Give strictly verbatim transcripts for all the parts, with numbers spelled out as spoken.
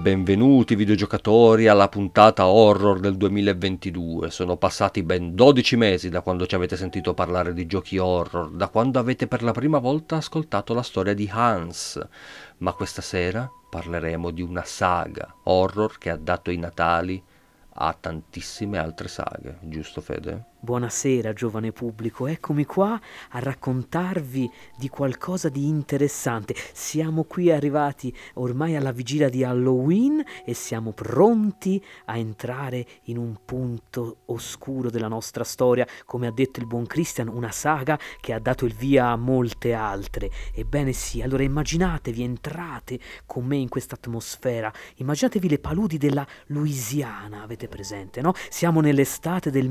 benvenuti videogiocatori alla puntata horror del duemilaventidue. Sono passati ben dodici mesi da quando ci avete sentito parlare di giochi horror, da quando avete per la prima volta ascoltato la storia di Hans. Ma questa sera parleremo di una saga horror che ha dato i natali a tantissime altre saghe, giusto Fede? Buonasera giovane pubblico, eccomi qua a raccontarvi di qualcosa di interessante. Siamo qui arrivati ormai alla vigilia di Halloween e siamo pronti a entrare in un punto oscuro della nostra storia, come ha detto il buon Christian, una saga che ha dato il via a molte altre. Ebbene sì, allora immaginatevi, entrate con me in questa atmosfera, immaginatevi le paludi della Louisiana, avete presente, no? Siamo nell'estate del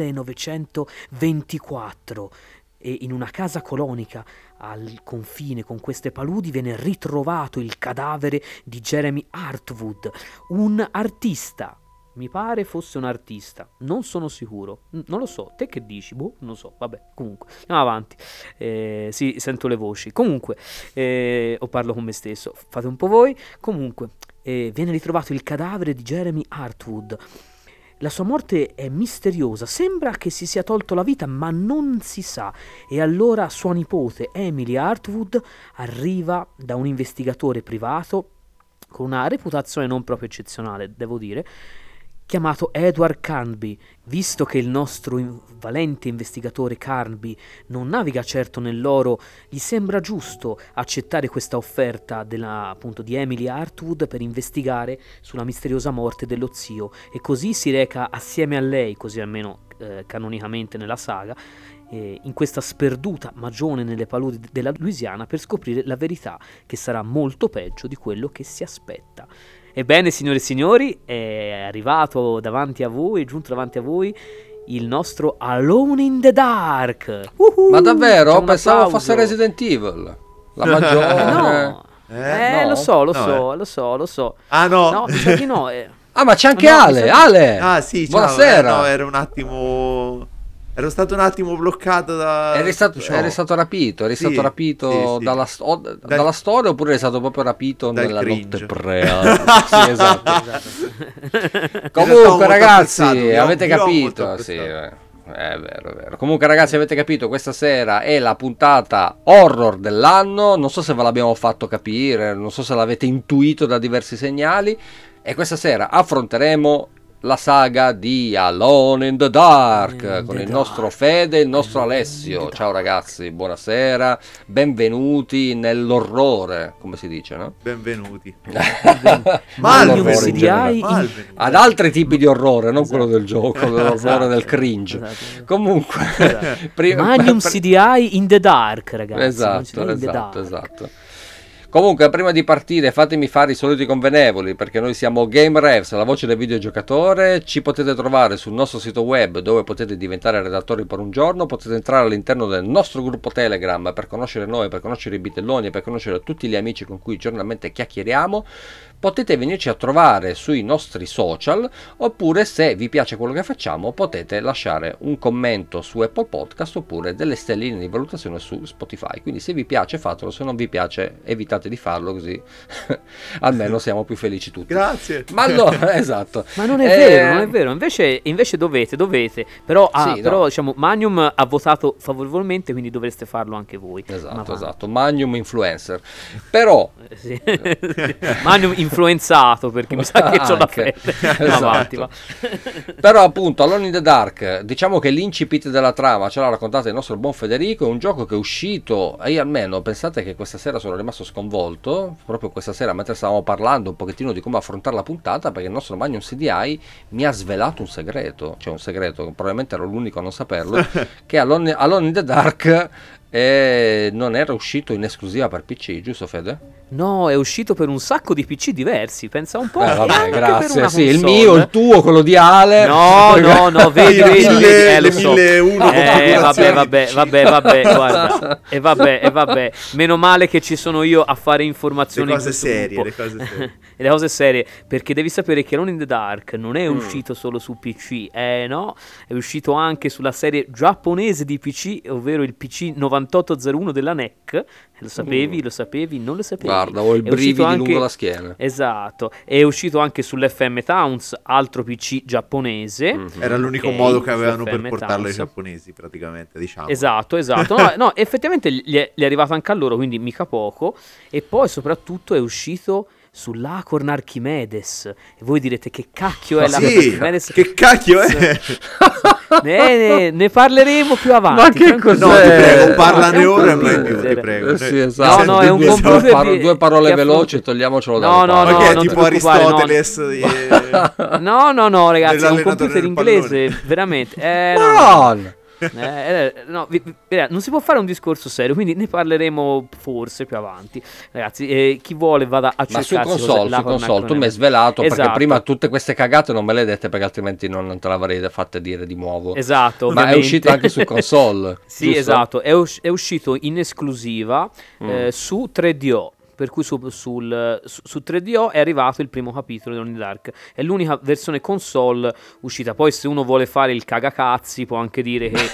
millenovecentoventiquattro e in una casa colonica al confine con queste paludi viene ritrovato il cadavere di Jeremy Hartwood, un artista. Mi pare fosse un artista, non sono sicuro, non lo so, te che dici? Boh, non lo so, vabbè, comunque, andiamo avanti, eh, sì, sento le voci, comunque, eh, o parlo con me stesso, fate un po' voi, comunque, eh, viene ritrovato il cadavere di Jeremy Hartwood. La sua morte è misteriosa, sembra che si sia tolto la vita, ma non si sa. E allora sua nipote, Emily Hartwood, arriva da un investigatore privato con una reputazione non proprio eccezionale, devo dire, chiamato Edward Carnby. Visto che il nostro in- valente investigatore Carnby non naviga certo nell'oro, gli sembra giusto accettare questa offerta della, appunto, di Emily Hartwood per investigare sulla misteriosa morte dello zio, e così si reca assieme a lei, così almeno eh, canonicamente nella saga, eh, in questa sperduta magione nelle paludi della Louisiana per scoprire la verità, che sarà molto peggio di quello che si aspetta. Ebbene, signore e signori, è arrivato davanti a voi, è giunto davanti a voi il nostro Alone in the Dark. Uh-huh, Ma davvero? Pensavo fosse Resident Evil. La maggiore. No, eh, eh no? lo so, lo No, so, eh. lo so, lo so. Ah no? No, mi sa di no. Eh. Ah, ma c'è anche No, Ale. mi sa- Ale! Ah sì, ciao. Buonasera. Eh, no, ero un attimo... Ero stato un attimo bloccato da... Eri stato, ciò. eri stato rapito, eri Sì, stato rapito sì, sì. Dalla, sto- o- dalla storia, oppure eri stato proprio rapito Dal nella cringe. notte pre? Sì, esatto. molto Comunque ragazzi, apprezzato, vi ho- avete vi ho molto capito? Sì, apprezzato. eh, è vero, è vero. Comunque ragazzi, avete capito, questa sera è la puntata horror dell'anno. Non so se ve l'abbiamo fatto capire, non so se l'avete intuito da diversi segnali. E questa sera affronteremo la saga di Alone in the Dark In con the il dark. nostro Fede e il nostro Alone in Alessio. the Ciao dark. ragazzi, buonasera, benvenuti nell'orrore, come si dice, no? Benvenuti. Magnum Nell'orrore C in D generale. I Malvenuti. Ad altri tipi di orrore, non Esatto. quello del gioco, dell'orrore Esatto, del cringe. esatto, esatto. Comunque, Esatto. prima- Magnum per- C D I in the dark, ragazzi. Magnum C D I Esatto, in the esatto, dark. esatto. Comunque, prima di partire, fatemi fare i soliti convenevoli, perché noi siamo Game Revs, la voce del videogiocatore. Ci potete trovare sul nostro sito web, dove potete diventare redattori per un giorno. Potete entrare all'interno del nostro gruppo Telegram per conoscere noi, per conoscere i bitelloni e per conoscere tutti gli amici con cui giornalmente chiacchieriamo. Potete venirci a trovare sui nostri social, oppure se vi piace quello che facciamo potete lasciare un commento su Apple Podcast oppure delle stelline di valutazione su Spotify. Quindi se vi piace fatelo, se non vi piace evitate di farlo, così almeno siamo più felici tutti. Grazie. Ma allora, esatto. Ma non è Eh, vero, non è vero. Invece, invece dovete, dovete. Però, ah, Sì, però no. diciamo, Magnum ha votato favorevolmente, quindi dovreste farlo anche voi. Ma Esatto, va. esatto. Magnum influencer. Però Eh, sì. Magnum influenzato, perché mi sa che c'ho la Anche. fede. Esatto. Avanti, va. Però appunto Alone in the Dark, diciamo che l'incipit della trama ce l'ha raccontata il nostro buon Federico. È un gioco che è uscito, e io almeno pensate che questa sera sono rimasto sconvolto, proprio questa sera mentre stavamo parlando un pochettino di come affrontare la puntata, perché il nostro Magnum C D I mi ha svelato un segreto, cioè un segreto, probabilmente ero l'unico a non saperlo, che Alone, Alone in the Dark eh, non era uscito in esclusiva per P C, giusto Fede? No, è uscito per un sacco di P C diversi, pensa un po'. Eh, e vabbè, anche per grazie, una sì, il console. mio, il tuo, quello di Ale. No, no, no, vedi, Le vedi, mille- vedi, eh, lo le so. milleuno Eh, vabbè, configurazioni vabbè, di P C. vabbè, vabbè, guarda. E vabbè, e vabbè. Meno male che ci sono io a fare informazioni Le in cose questo serie, gruppo. le cose serie. E le cose serie, perché devi sapere che Alone in the Dark non è Mm. uscito solo su P C, eh no, è uscito anche sulla serie giapponese di P C, ovvero il P C novantotto zero uno della N E C. Lo sapevi, lo sapevi, non lo sapevi. Guarda, ho il È uscito brividi anche- lungo la schiena. Esatto, è uscito anche sull'F M Towns, altro P C giapponese. Mhm. Era l'unico Ok, modo che avevano su per F M portarlo ai Towns. giapponesi, praticamente, diciamo. Esatto, esatto. No, no, effettivamente gli è, gli è arrivato anche a loro, quindi mica poco. E poi soprattutto è uscito sull'Acorn Archimedes. E voi direte che cacchio è Ah, l'Acorn Sì, Archimedes? che cacchio è? Ne, ne- ne parleremo più avanti. Ma che tranquilli. No, ti cos'è? prego, Eh, parlane è un ora e mai computer. più, ti prego. Eh sì, Noi- esatto. No, no, è un Due- computer paro- di- due parole che affronta- veloci, togliamocelo No, dalle no, palle. Ma no, che è non ti tipo preoccupare, no. Aristoteles? eh, No, no, no, ragazzi, è un Dell'allenatore computer del inglese, veramente. Eh, no, no. Man! Eh, eh, no, vi- vi- eh, non si può fare un discorso serio, quindi ne parleremo forse più avanti. Ragazzi, eh, chi vuole vada a Ma cercarsi su cos'è console, su l'Acorn console, tu mi hai Archimedes. svelato perché Esatto. prima tutte queste cagate non me le hai dette perché altrimenti non, non te l'avrei fatte dire di nuovo. Esatto, Ma è ovviamente. uscito anche su console. Sì, giusto? esatto, è, us- è uscito in esclusiva Mm. eh, su tre D O. Per cui su, sul- su- su tre D O è arrivato il primo capitolo di Donnie Dark. È l'unica versione console uscita. Poi, se uno vuole fare il cagacazzi, può anche dire che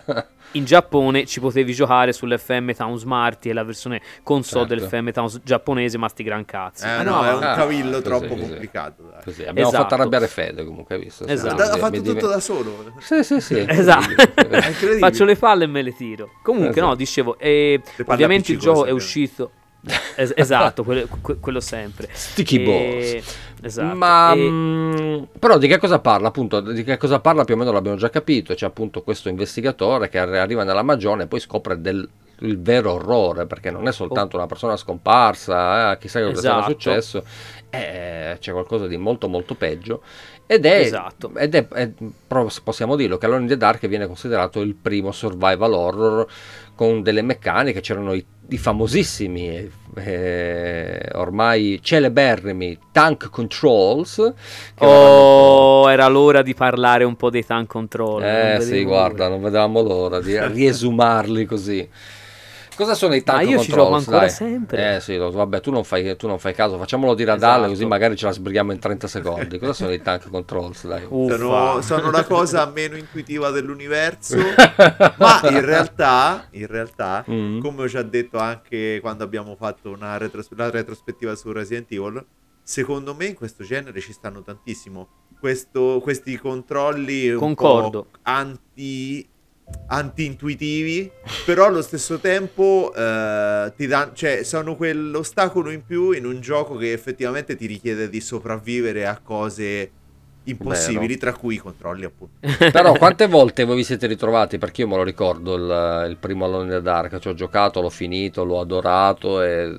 in Giappone ci potevi giocare sull'F M Towns Marty, e la versione console Certo. dell'F M Towns giapponese, ma sti gran cazzi. Eh, Ma no, è un Ah, cavillo così, troppo così. complicato. Dai. Così, abbiamo Esatto. fatto arrabbiare Fede comunque, hai visto? Esatto. Ha Mi- fatto mi tutto div- da solo. Sì, sì, sì. Esatto. È incredibile. Faccio le palle e me le tiro. Comunque, Esatto. no, dicevo, eh, Le palle ovviamente il appiccicose, gioco è ovviamente. uscito. Es- esatto, quello, que- quello sempre. Sticky E- balls. Esatto. Ma E- mh, però di che cosa parla? Appunto, di che cosa parla più o meno l'abbiamo già capito. C'è appunto questo investigatore che arri- arriva nella magione e poi scopre del il vero orrore, perché non è soltanto una persona scomparsa, eh, chissà che cosa sarà Esatto. successo, eh, c'è qualcosa di molto molto peggio. Ed è, Esatto. ed è, è- però possiamo dirlo che Alone in the Dark viene considerato il primo survival horror con delle meccaniche. C'erano i, i famosissimi eh, ormai celeberrimi tank controls che Oh, era l'ora di parlare un po' dei tank control. eh non sì, vedevo guarda, l'ora. non vedevamo l'ora di riesumarli così. Cosa sono i tank Ma io ci controls? gioco ancora dai? sempre. Eh sì, lo- vabbè, tu non fai, tu non fai caso, facciamolo dire ad Esatto. Ale così magari ce la sbrighiamo in trenta secondi. Cosa sono i tank controls, dai? Uffa. Sono, sono la cosa meno intuitiva dell'universo, ma in realtà, in realtà Mm. come ho già detto anche quando abbiamo fatto una retros- la retrospettiva su Resident Evil, secondo me in questo genere ci stanno tantissimo. Questo- questi controlli un Concordo. po' anti anti-intuitivi, però allo stesso tempo eh, ti dan- cioè, sono quell'ostacolo in più in un gioco che effettivamente ti richiede di sopravvivere a cose impossibili, tra cui i controlli, appunto. Però quante volte voi vi siete ritrovati, perché io me lo ricordo il, il primo Alone in the Dark, ci ho giocato, l'ho finito, l'ho adorato e,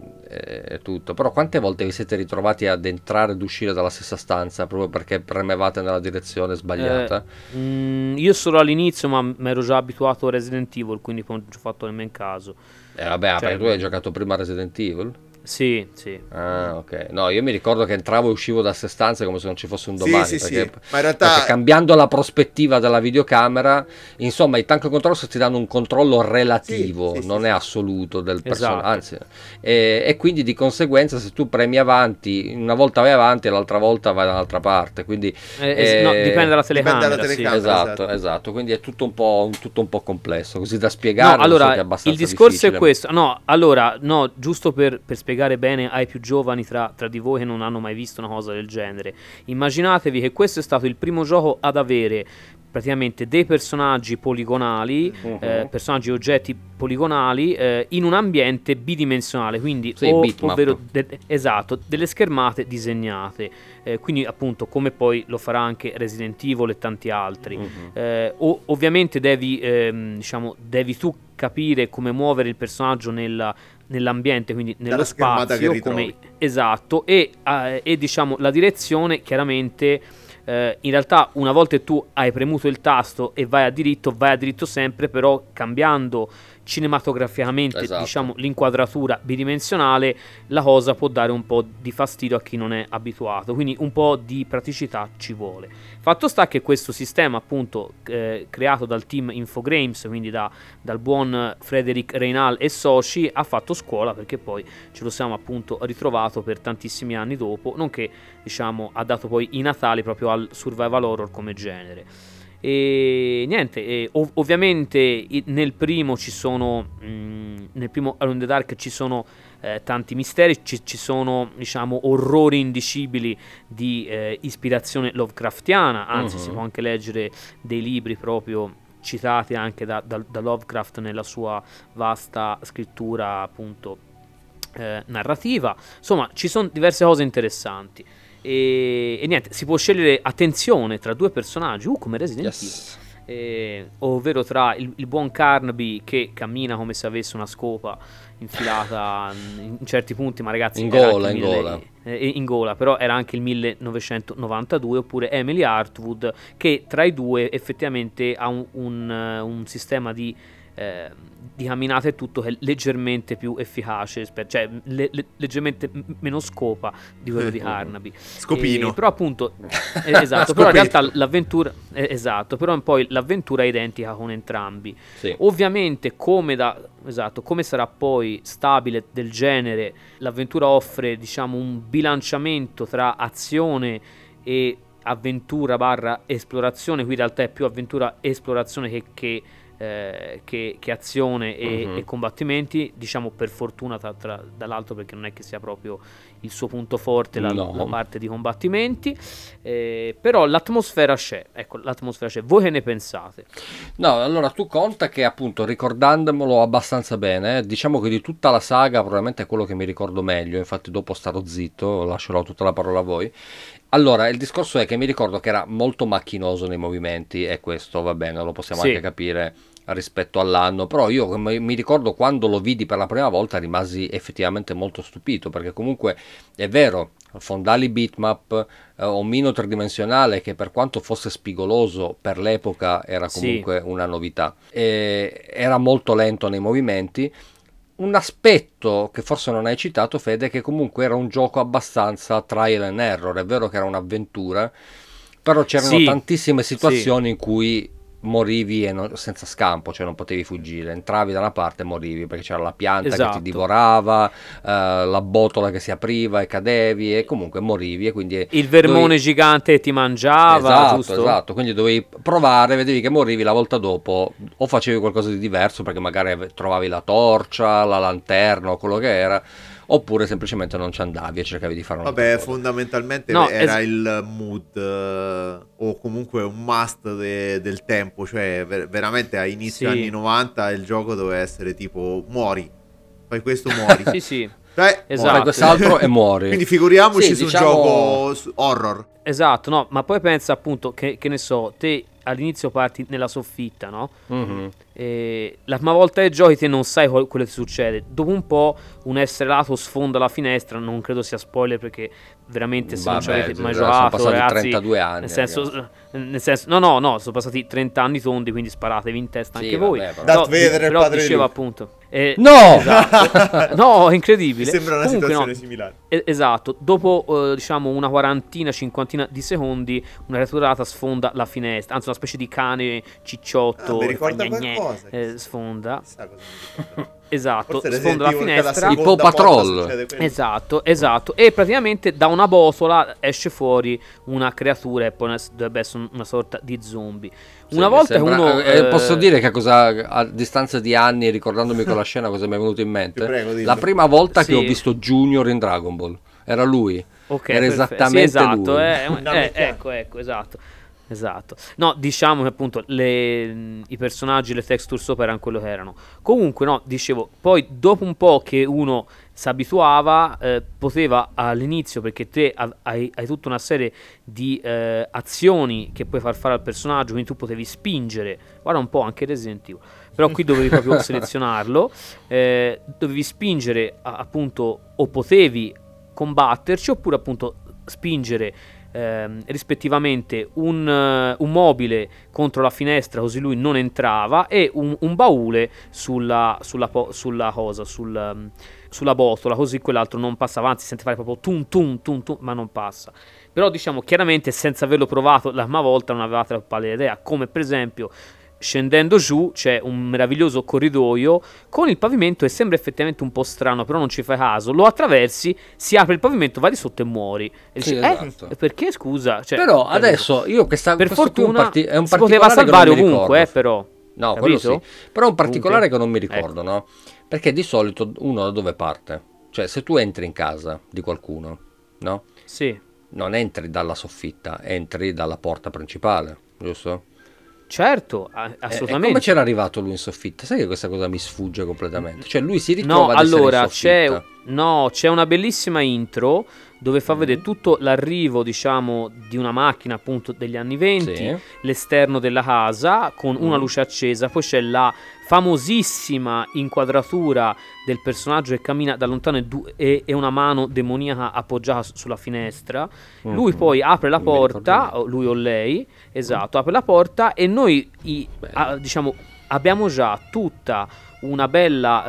e- e tutto, però quante volte vi siete ritrovati ad entrare ed uscire dalla stessa stanza proprio perché premevate nella direzione sbagliata? Eh, mm, io solo all'inizio, ma mi ero già abituato a Resident Evil, quindi poi non ci ho fatto nemmeno caso. Eh, vabbè, cioè- perché tu hai giocato prima Resident Evil? Sì, sì. Ah, ok. No, io mi ricordo che entravo e uscivo da ste stanze come se non ci fosse un Sì, domani. sì, perché, sì, ma in realtà- perché cambiando la prospettiva della videocamera, insomma, i tank controls ti danno un controllo relativo, Sì, sì, non sì, è sì. assoluto del personaggio. Esatto. Anzi, e, e quindi di conseguenza, se tu premi avanti, una volta vai avanti e l'altra volta vai dall'altra parte. Quindi Eh, es- no, eh, dipende dalla dipende telecamera. dalla sì. telecamera. Esatto, esatto. esatto, quindi è tutto un po', tutto un po' complesso, così da spiegare. No, lo so allora, che è abbastanza il discorso difficile. è questo. No, allora, no, giusto per, per spiegare bene ai più giovani tra, tra di voi che non hanno mai visto una cosa del genere. Immaginatevi che questo è stato il primo gioco ad avere praticamente dei personaggi poligonali, Mhm. eh, personaggi e oggetti poligonali eh, in un ambiente bidimensionale, quindi Sì, o- bitmap. ovvero de- esatto, delle schermate disegnate. Eh, quindi appunto come poi lo farà anche Resident Evil e tanti altri. Mhm. Eh, o- ovviamente devi, ehm, diciamo, devi tu capire come muovere il personaggio nella- nell'ambiente, quindi nello Dalla schermata spazio, che ritrovi. come, esatto, e, eh, e diciamo la direzione chiaramente. Eh, in realtà una volta che tu hai premuto il tasto e vai a diritto, vai a diritto sempre, però cambiando cinematograficamente Esatto. diciamo l'inquadratura bidimensionale, la cosa può dare un po' di fastidio a chi non è abituato, quindi un po' di praticità ci vuole. Fatto sta che questo sistema appunto eh, creato dal team Infogrames, quindi da, dal buon Frederic Reynal e soci, ha fatto scuola, perché poi ce lo siamo appunto ritrovato per tantissimi anni dopo, nonché diciamo ha dato poi i natali proprio al survival horror come genere. E niente, e ov- ovviamente i- nel primo ci sono, mh, nel primo Alone in the Dark ci sono eh, tanti misteri, ci, ci sono diciamo orrori indicibili di eh, ispirazione Lovecraftiana, anzi Mhm. si può anche leggere dei libri proprio citati anche da, da- da Lovecraft nella sua vasta scrittura appunto eh, narrativa. Insomma, ci sono diverse cose interessanti. E, e niente, si può scegliere, attenzione, tra due personaggi, uh, come Resident Evil, Yes. eh, ovvero tra il, il buon Carnaby che cammina come se avesse una scopa infilata in, in certi punti, ma ragazzi, In era gola, anche in il mille- gola. eh, in gola, però era anche il millenovecentonovantadue, oppure Emily Hartwood che tra i due effettivamente ha un, un, eh, un sistema di eh, di camminata e tutto che è leggermente più efficace, spe- cioè le- le- leggermente m- meno scopa di quello di Carnaby. Scopino. Eh, però appunto eh, esatto, però in Scopetto. realtà l'avventura eh, esatto, però poi l'avventura è identica con entrambi. Sì. Ovviamente come da esatto, come sarà poi stabile del genere, l'avventura offre diciamo un bilanciamento tra azione e avventura barra esplorazione. Qui in realtà è più avventura esplorazione che, che eh, che, che azione e, Mhm. e combattimenti, diciamo per fortuna tra, tra- dall'altro, perché non è che sia proprio il suo punto forte la, No. la parte di combattimenti, eh, però l'atmosfera c'è, ecco, l'atmosfera c'è. Voi che ne pensate? No, allora tu conta che appunto ricordandomelo abbastanza bene, eh, diciamo che di tutta la saga probabilmente è quello che mi ricordo meglio, infatti dopo starò zitto, lascerò tutta la parola a voi. Allora, il discorso è che mi ricordo che era molto macchinoso nei movimenti e questo va bene, lo possiamo Sì. anche capire rispetto all'anno, però io come mi ricordo quando lo vidi per la prima volta rimasi effettivamente molto stupito, perché comunque è vero, fondali bitmap, eh, omino tridimensionale che per quanto fosse spigoloso per l'epoca era Sì. comunque una novità, e era molto lento nei movimenti. Un aspetto che forse non hai citato, Fede, è che comunque era un gioco abbastanza trial and error. È vero che era un'avventura, però c'erano Sì, tantissime sì. situazioni in cui morivi e non- senza scampo, cioè non potevi fuggire, entravi da una parte e morivi perché c'era la pianta che Esatto. ti divorava, eh, la botola che si apriva e cadevi e comunque morivi e quindi Il vermone dovevi- gigante ti mangiava, esatto, giusto? esatto, quindi dovevi provare, vedevi che morivi, la volta dopo o facevi qualcosa di diverso perché magari ave- trovavi la torcia, la lanterna o quello che era, oppure semplicemente non ci andavi e cercavi di fare una Vabbè, fondamentalmente No, era es- il mood eh, o comunque un must de- del tempo, cioè ver- veramente a inizio Sì. anni novanta il gioco doveva essere tipo muori, fai questo muori, Sì, sì. Cioè, Esatto. fai quest'altro e muori. quindi figuriamoci Sì, su diciamo- un gioco su- horror. Esatto, no, ma poi pensa appunto che, che ne so, te all'inizio parti nella soffitta, no? Mhm. E la prima volta che giochi te non sai qual- quello che succede. Dopo un po' un essere lato sfonda la finestra, non credo sia spoiler perché veramente se non ci Vabbè, avete mai sono giocato, passati ragazzi, trentadue anni, nel senso, ragazzi. nel senso no no no, sono passati trenta anni tondi, quindi sparatevi in testa Sì, anche vabbè, voi. però- Però, Darth Vader è il però padre di diceva Luke. appunto eh, No! esatto. No, è incredibile. Mi sembra una Comunque, no, situazione similare. E- esatto, dopo eh, diciamo una quarantina, cinquantina di secondi, una retrograta sfonda la finestra, anzi una specie di cane cicciotto, Ah, mi che fa ricorda gne gne, qualcosa. eh, sfonda. Chissà cosa mi ricorda. Esatto, Forse sfonda la Resident Evil, che la finestra. Il seconda Paw Patrol. volta succede quello. Esatto, esatto. E praticamente da una botola esce fuori una creatura e poi una- dovrebbe essere un- una sorta di zombie. Sì, Una mi volta sembra- che uno eh, eh, posso dire che cosa a distanza di anni, ricordandomi quella scena, cosa mi è venuto in mente? Ti prego, dillo. La prima volta Sì. che ho visto Junior in Dragon Ball era lui. ok, era perfetto. esattamente sì, esatto, lui. eh, Una eh, vecchia- ecco, ecco, esatto. Esatto. No, diciamo che appunto le- i personaggi, le texture sopra erano quello che erano. Comunque, no, dicevo, poi dopo un po' che uno si abituava, eh, poteva all'inizio, perché te ha- hai, hai tutta una serie di eh, azioni che puoi far fare al personaggio, quindi tu potevi spingere, guarda un po' anche Resident Evil, però qui dovevi proprio selezionarlo, eh, dovevi spingere a- appunto, o potevi combatterci, oppure appunto spingere ehm, rispettivamente un, eh, un mobile contro la finestra così lui non entrava, e un, un baule sulla, sulla, po- sulla cosa, sul, um, sulla botola, così quell'altro non passava, anzi sente fare proprio tum tum tum tum, ma non passa. Però diciamo chiaramente senza averlo provato la prima volta non avevate la pallida idea, come per esempio scendendo giù c'è un meraviglioso corridoio con il pavimento e sembra effettivamente un po' strano, però non ci fai caso, lo attraversi, si apre il pavimento, vai di sotto e muori. E Sì, dici, esatto. eh, perché scusa? Cioè, Però capito? adesso io questa, per questo qui è un fortuna parti- è un si poteva particolare che non salvare mi ricordo. ovunque, eh, però. No, quello Capito? sì. Però è un particolare Comunque, che non mi ricordo, ecco. no? Perché di solito uno da dove parte? Cioè, se tu entri in casa di qualcuno, no? Sì. Non entri dalla soffitta, entri dalla porta principale, giusto? Certo, a- E- E assolutamente. come c'era arrivato lui in soffitta? Sai che questa cosa mi sfugge completamente? Cioè, lui si No, ritrova ad essere allora in c'è, soffitta. no, c'è una bellissima intro dove fa Mm. vedere tutto l'arrivo, diciamo, di una macchina appunto degli anni venti, Sì. l'esterno della casa con una Mm. luce accesa, poi c'è la famosissima inquadratura del personaggio che cammina da lontano e, du- e- e una mano demoniaca appoggiata su- sulla finestra. Lui Mhm. poi apre la Non mi ricordo porta, niente. o lui o lei, esatto, apre la porta e noi i- Bello. a- diciamo abbiamo già tutta una bella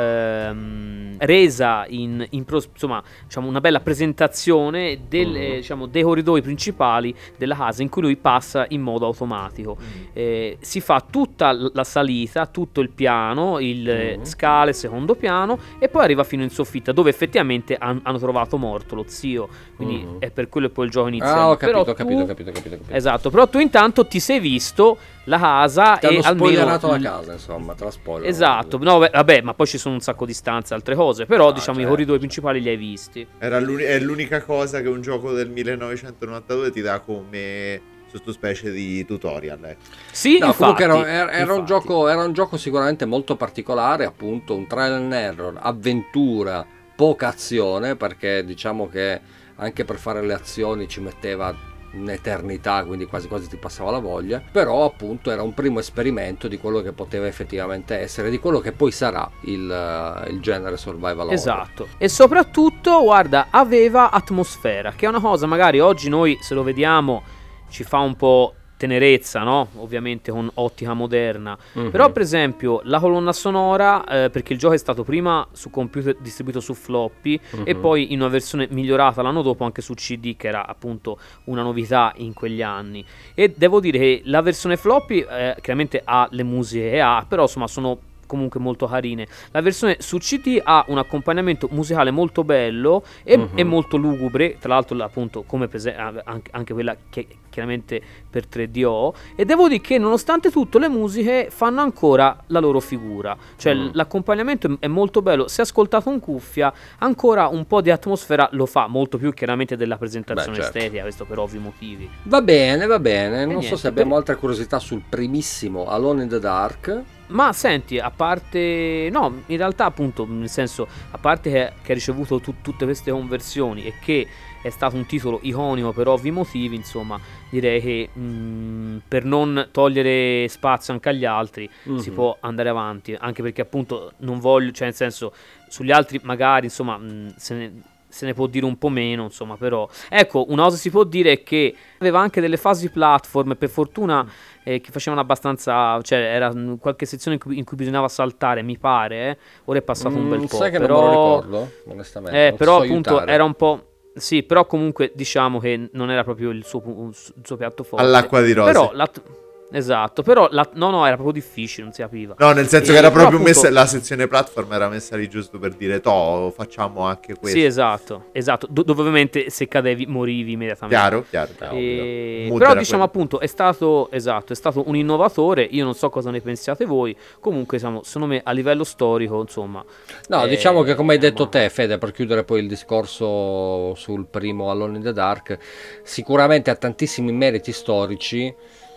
ehm, resa in, in pros- insomma diciamo una bella presentazione del, Mhm. eh, diciamo, dei corridoi principali della casa in cui lui passa in modo automatico. Eh, si fa tutta l- la salita, tutto il piano, il eh, Mhm. scale, secondo piano e poi arriva fino in soffitta dove effettivamente han- hanno trovato morto lo zio, quindi Mhm. è per quello che poi il gioco inizia. Ah, ho Però capito, ho capito, tu- ho capito, ho capito, ho capito. Esatto, però tu intanto ti sei visto la casa Ti e hanno almeno spoilerato la il- casa, insomma, te la spoiler. Esatto, no, beh, vabbè, ma poi ci sono un sacco di stanze, altre cose, però Ah, diciamo certo, i corridoi certo. principali li hai visti. Era l'uni- è l'unica cosa che un gioco del millenovecentonovantadue ti dà come sottospecie di tutorial. Ecco. Sì, No, infatti, comunque era, era- era un infatti. gioco, era un gioco sicuramente molto particolare, appunto un trial and error, avventura, poca azione, perché diciamo che anche per fare le azioni ci metteva un'eternità, quindi quasi quasi ti passava la voglia, però appunto era un primo esperimento di quello che poteva effettivamente essere, di quello che poi sarà il, eh, il genere survival horror. Esatto. E soprattutto, guarda, aveva atmosfera, che è una cosa magari oggi noi se lo vediamo ci fa un po' tenerezza, no? Ovviamente con ottica moderna. Mhm. Però per esempio la colonna sonora, eh, perché il gioco è stato prima su computer distribuito su floppy e Mhm. poi in una versione migliorata l'anno dopo anche su C D, che era appunto una novità in quegli anni. E devo dire che la versione floppy eh, chiaramente ha le musiche che ha, però insomma sono comunque molto carine. La versione su C D ha un accompagnamento musicale molto bello e, Mhm. e molto lugubre, tra l'altro appunto come prese- anche, anche quella che chiaramente per tre D O, e devo dire che nonostante tutto le musiche fanno ancora la loro figura, cioè Mm. l'accompagnamento è molto bello, se ascoltato in cuffia ancora un po' di atmosfera lo fa, molto più chiaramente della presentazione Beh, certo. estetica, questo per ovvi motivi. Va bene, va bene, non so niente, se abbiamo per- altre curiosità sul primissimo Alone in the Dark. Ma senti, a parte, no, in realtà appunto, nel senso, a parte che, che ha ricevuto tut- tutte queste conversioni e che è stato un titolo iconico per ovvi motivi, insomma, direi che mh, per non togliere spazio anche agli altri si Mhm. può andare avanti, anche perché appunto non voglio, cioè nel senso, sugli altri magari, insomma, mh, se ne... se ne può dire un po' meno, insomma, però ecco, una cosa si può dire è che aveva anche delle fasi platform, per fortuna, eh, che facevano abbastanza, cioè era mm, qualche sezione in cui, in cui bisognava saltare, mi pare, eh. Ora è passato un bel Mm, po', sai che però non me lo ricordo, onestamente. eh, non ti però so appunto aiutare. era un po', sì, però comunque diciamo che non era proprio il suo, pu- il suo piatto forte. All'acqua di rose. Però la esatto, però la, no no, era proprio difficile, non si capiva. No, nel senso Eh, che era però proprio appunto- messa la sezione platform era messa lì giusto per dire to, facciamo anche questo. Sì, esatto, esatto, do- dove ovviamente se cadevi morivi immediatamente. Chiaro, chiaro. chiaro. E- Mood però era diciamo quello. appunto è stato esatto, è stato un innovatore. Io non so cosa ne pensiate voi. Comunque, diciamo, secondo me a livello storico, insomma. No, eh, diciamo che come hai detto ma- te, Fede, per chiudere poi il discorso sul primo Alone in the Dark, sicuramente ha tantissimi meriti storici.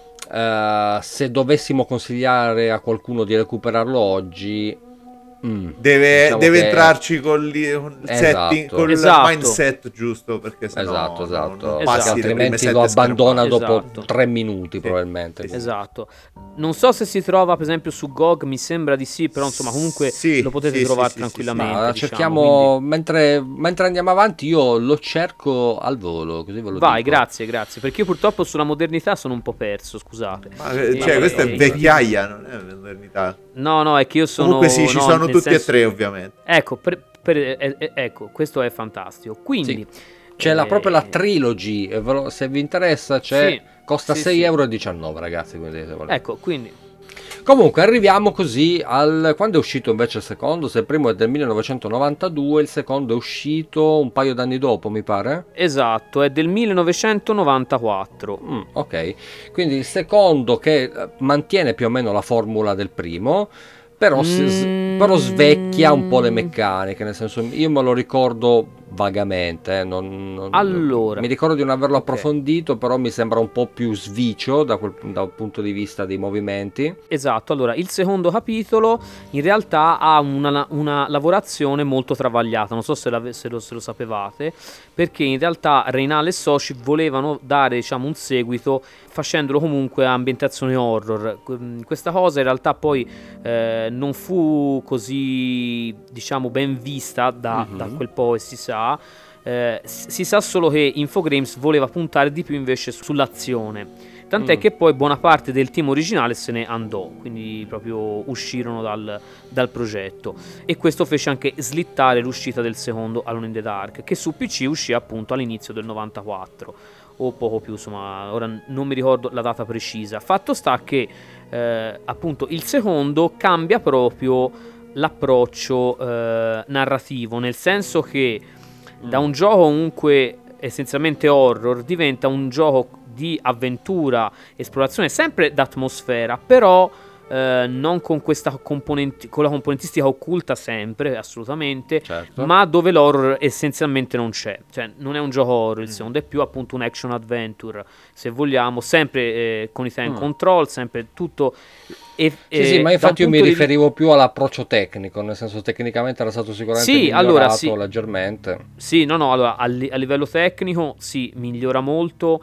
Eh, se dovessimo consigliare a qualcuno di recuperarlo oggi, mm, Deve, diciamo deve che- entrarci con, li, con il Esatto. setting, con Esatto. il mindset giusto, perché sennò Esatto, non- esatto, non Esatto. passi perché le prime altrimenti sette lo abbandona schermate. dopo Esatto. tre minuti Sì. probabilmente. Sì, sì. Esatto. Non so se si trova per esempio su G O G, mi sembra di sì, però insomma comunque Sì, lo potete sì, trovare sì, sì, sì, sì. tranquillamente. Ma diciamo, cerchiamo, mentre, mentre andiamo avanti io lo cerco al volo, così ve lo quindi- Vai, dico. grazie, grazie. Perché io purtroppo sulla modernità sono un po' perso, scusate. Ma, eh, Eh, cioè, questa è eh, vecchiaia, non è modernità. No, no, è che io sono Comunque sì, ci no, sono nel tutti senso- e tre, ovviamente. Ecco, per- per- eh, eh, ecco, questo è fantastico. Quindi C'è la, eh, proprio la trilogy, e ve lo- se vi interessa c'è, Sì, costa sì, sei sì. e diciannove euro ragazzi, quindi se volete. Ecco, quindi Comunque arriviamo così al... Quando è uscito invece il secondo? Se il primo è del millenovecentonovantadue, il secondo è uscito un paio d'anni dopo, mi pare? Esatto, è del millenovecentonovantaquattro. Mm, ok, quindi il secondo che mantiene più o meno la formula del primo, però, mm. però svecchia un po' le meccaniche, nel senso, io me lo ricordo vagamente, eh, non, non, allora, mi ricordo di non averlo okay. approfondito, però mi sembra un po' più svicio da quel, dal punto di vista dei movimenti. Esatto, allora il secondo capitolo in realtà ha una, una lavorazione molto travagliata, non so se, la, se, lo, se lo sapevate, perché in realtà Reynal e Soci volevano dare, diciamo, un seguito facendolo comunque a ambientazione horror. Questa cosa in realtà poi eh, non fu così, diciamo, ben vista da, mm-hmm. da quel po' che si sa. Eh, si sa solo che Infogrames voleva puntare di più invece sull'azione, tant'è mm. che poi buona parte del team originale se ne andò, quindi proprio uscirono dal, dal progetto, e questo fece anche slittare l'uscita del secondo Alone in the Dark, che su P C uscì appunto all'inizio del novantaquattro o poco più, insomma ora non mi ricordo la data precisa. Fatto sta che eh, appunto il secondo cambia proprio l'approccio eh, narrativo, nel senso che da un gioco comunque essenzialmente horror diventa un gioco di avventura, esplorazione, sempre d'atmosfera, però eh, non con questa componenti- con la componentistica occulta sempre, assolutamente, certo. ma dove l'horror essenzialmente non c'è, cioè non è un gioco horror, il secondo è più appunto un action adventure, se vogliamo, sempre eh, con i time mm. control, sempre tutto. E, sì, eh, sì, ma infatti io mi di... riferivo più all'approccio tecnico, nel senso tecnicamente era stato sicuramente sì, migliorato allora, sì. leggermente. Sì, no, no, allora a, li- a livello tecnico sì, migliora molto,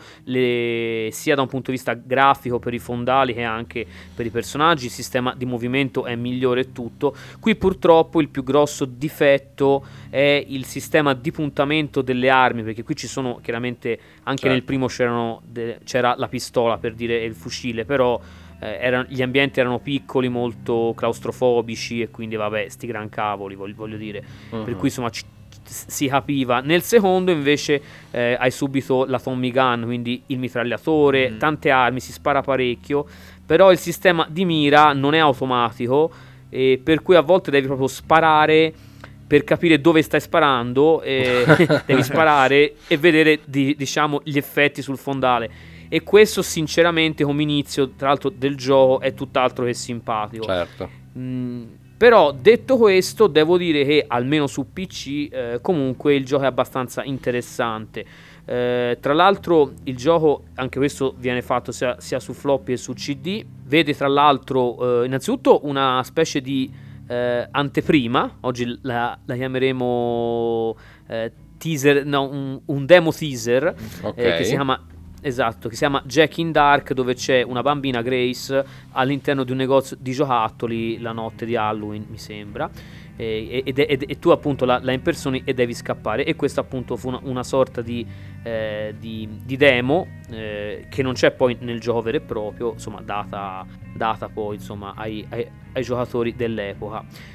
le... sia da un punto di vista grafico per i fondali che anche per i personaggi, il sistema di movimento è migliore e tutto. Qui purtroppo il più grosso difetto è il sistema di puntamento delle armi, perché qui ci sono chiaramente, anche certo. nel primo c'erano de- c'era la pistola per dire e il fucile, però Eh, erano, gli ambienti erano piccoli, molto claustrofobici, e quindi vabbè, sti gran cavoli, voglio, voglio dire, uh-huh. per cui insomma ci, si capiva. Nel secondo invece eh, hai subito la Tommy Gun, quindi il mitragliatore, mm. tante armi, si spara parecchio, però il sistema di mira non è automatico, e per cui a volte devi proprio sparare per capire dove stai sparando, e devi sparare e vedere di, diciamo gli effetti sul fondale. E questo sinceramente come inizio, tra l'altro, del gioco è tutt'altro che simpatico. Certo. Mm, però detto questo, devo dire che almeno su P C eh, comunque il gioco è abbastanza interessante. Eh, tra l'altro il gioco, anche questo viene fatto sia, sia su floppy che su C D. Vede tra l'altro eh, innanzitutto una specie di eh, anteprima, oggi la, la chiameremo eh, teaser, no, un, un demo teaser, okay. eh, che si chiama Esatto, che si chiama Jack in Dark, dove c'è una bambina Grace all'interno di un negozio di giocattoli la notte di Halloween, mi sembra, e, e, e, e tu appunto la, la impersoni e devi scappare, e questo appunto fu una, una sorta di, eh, di, di demo eh, che non c'è poi nel gioco vero e proprio, insomma data, data poi insomma ai, ai, ai giocatori dell'epoca.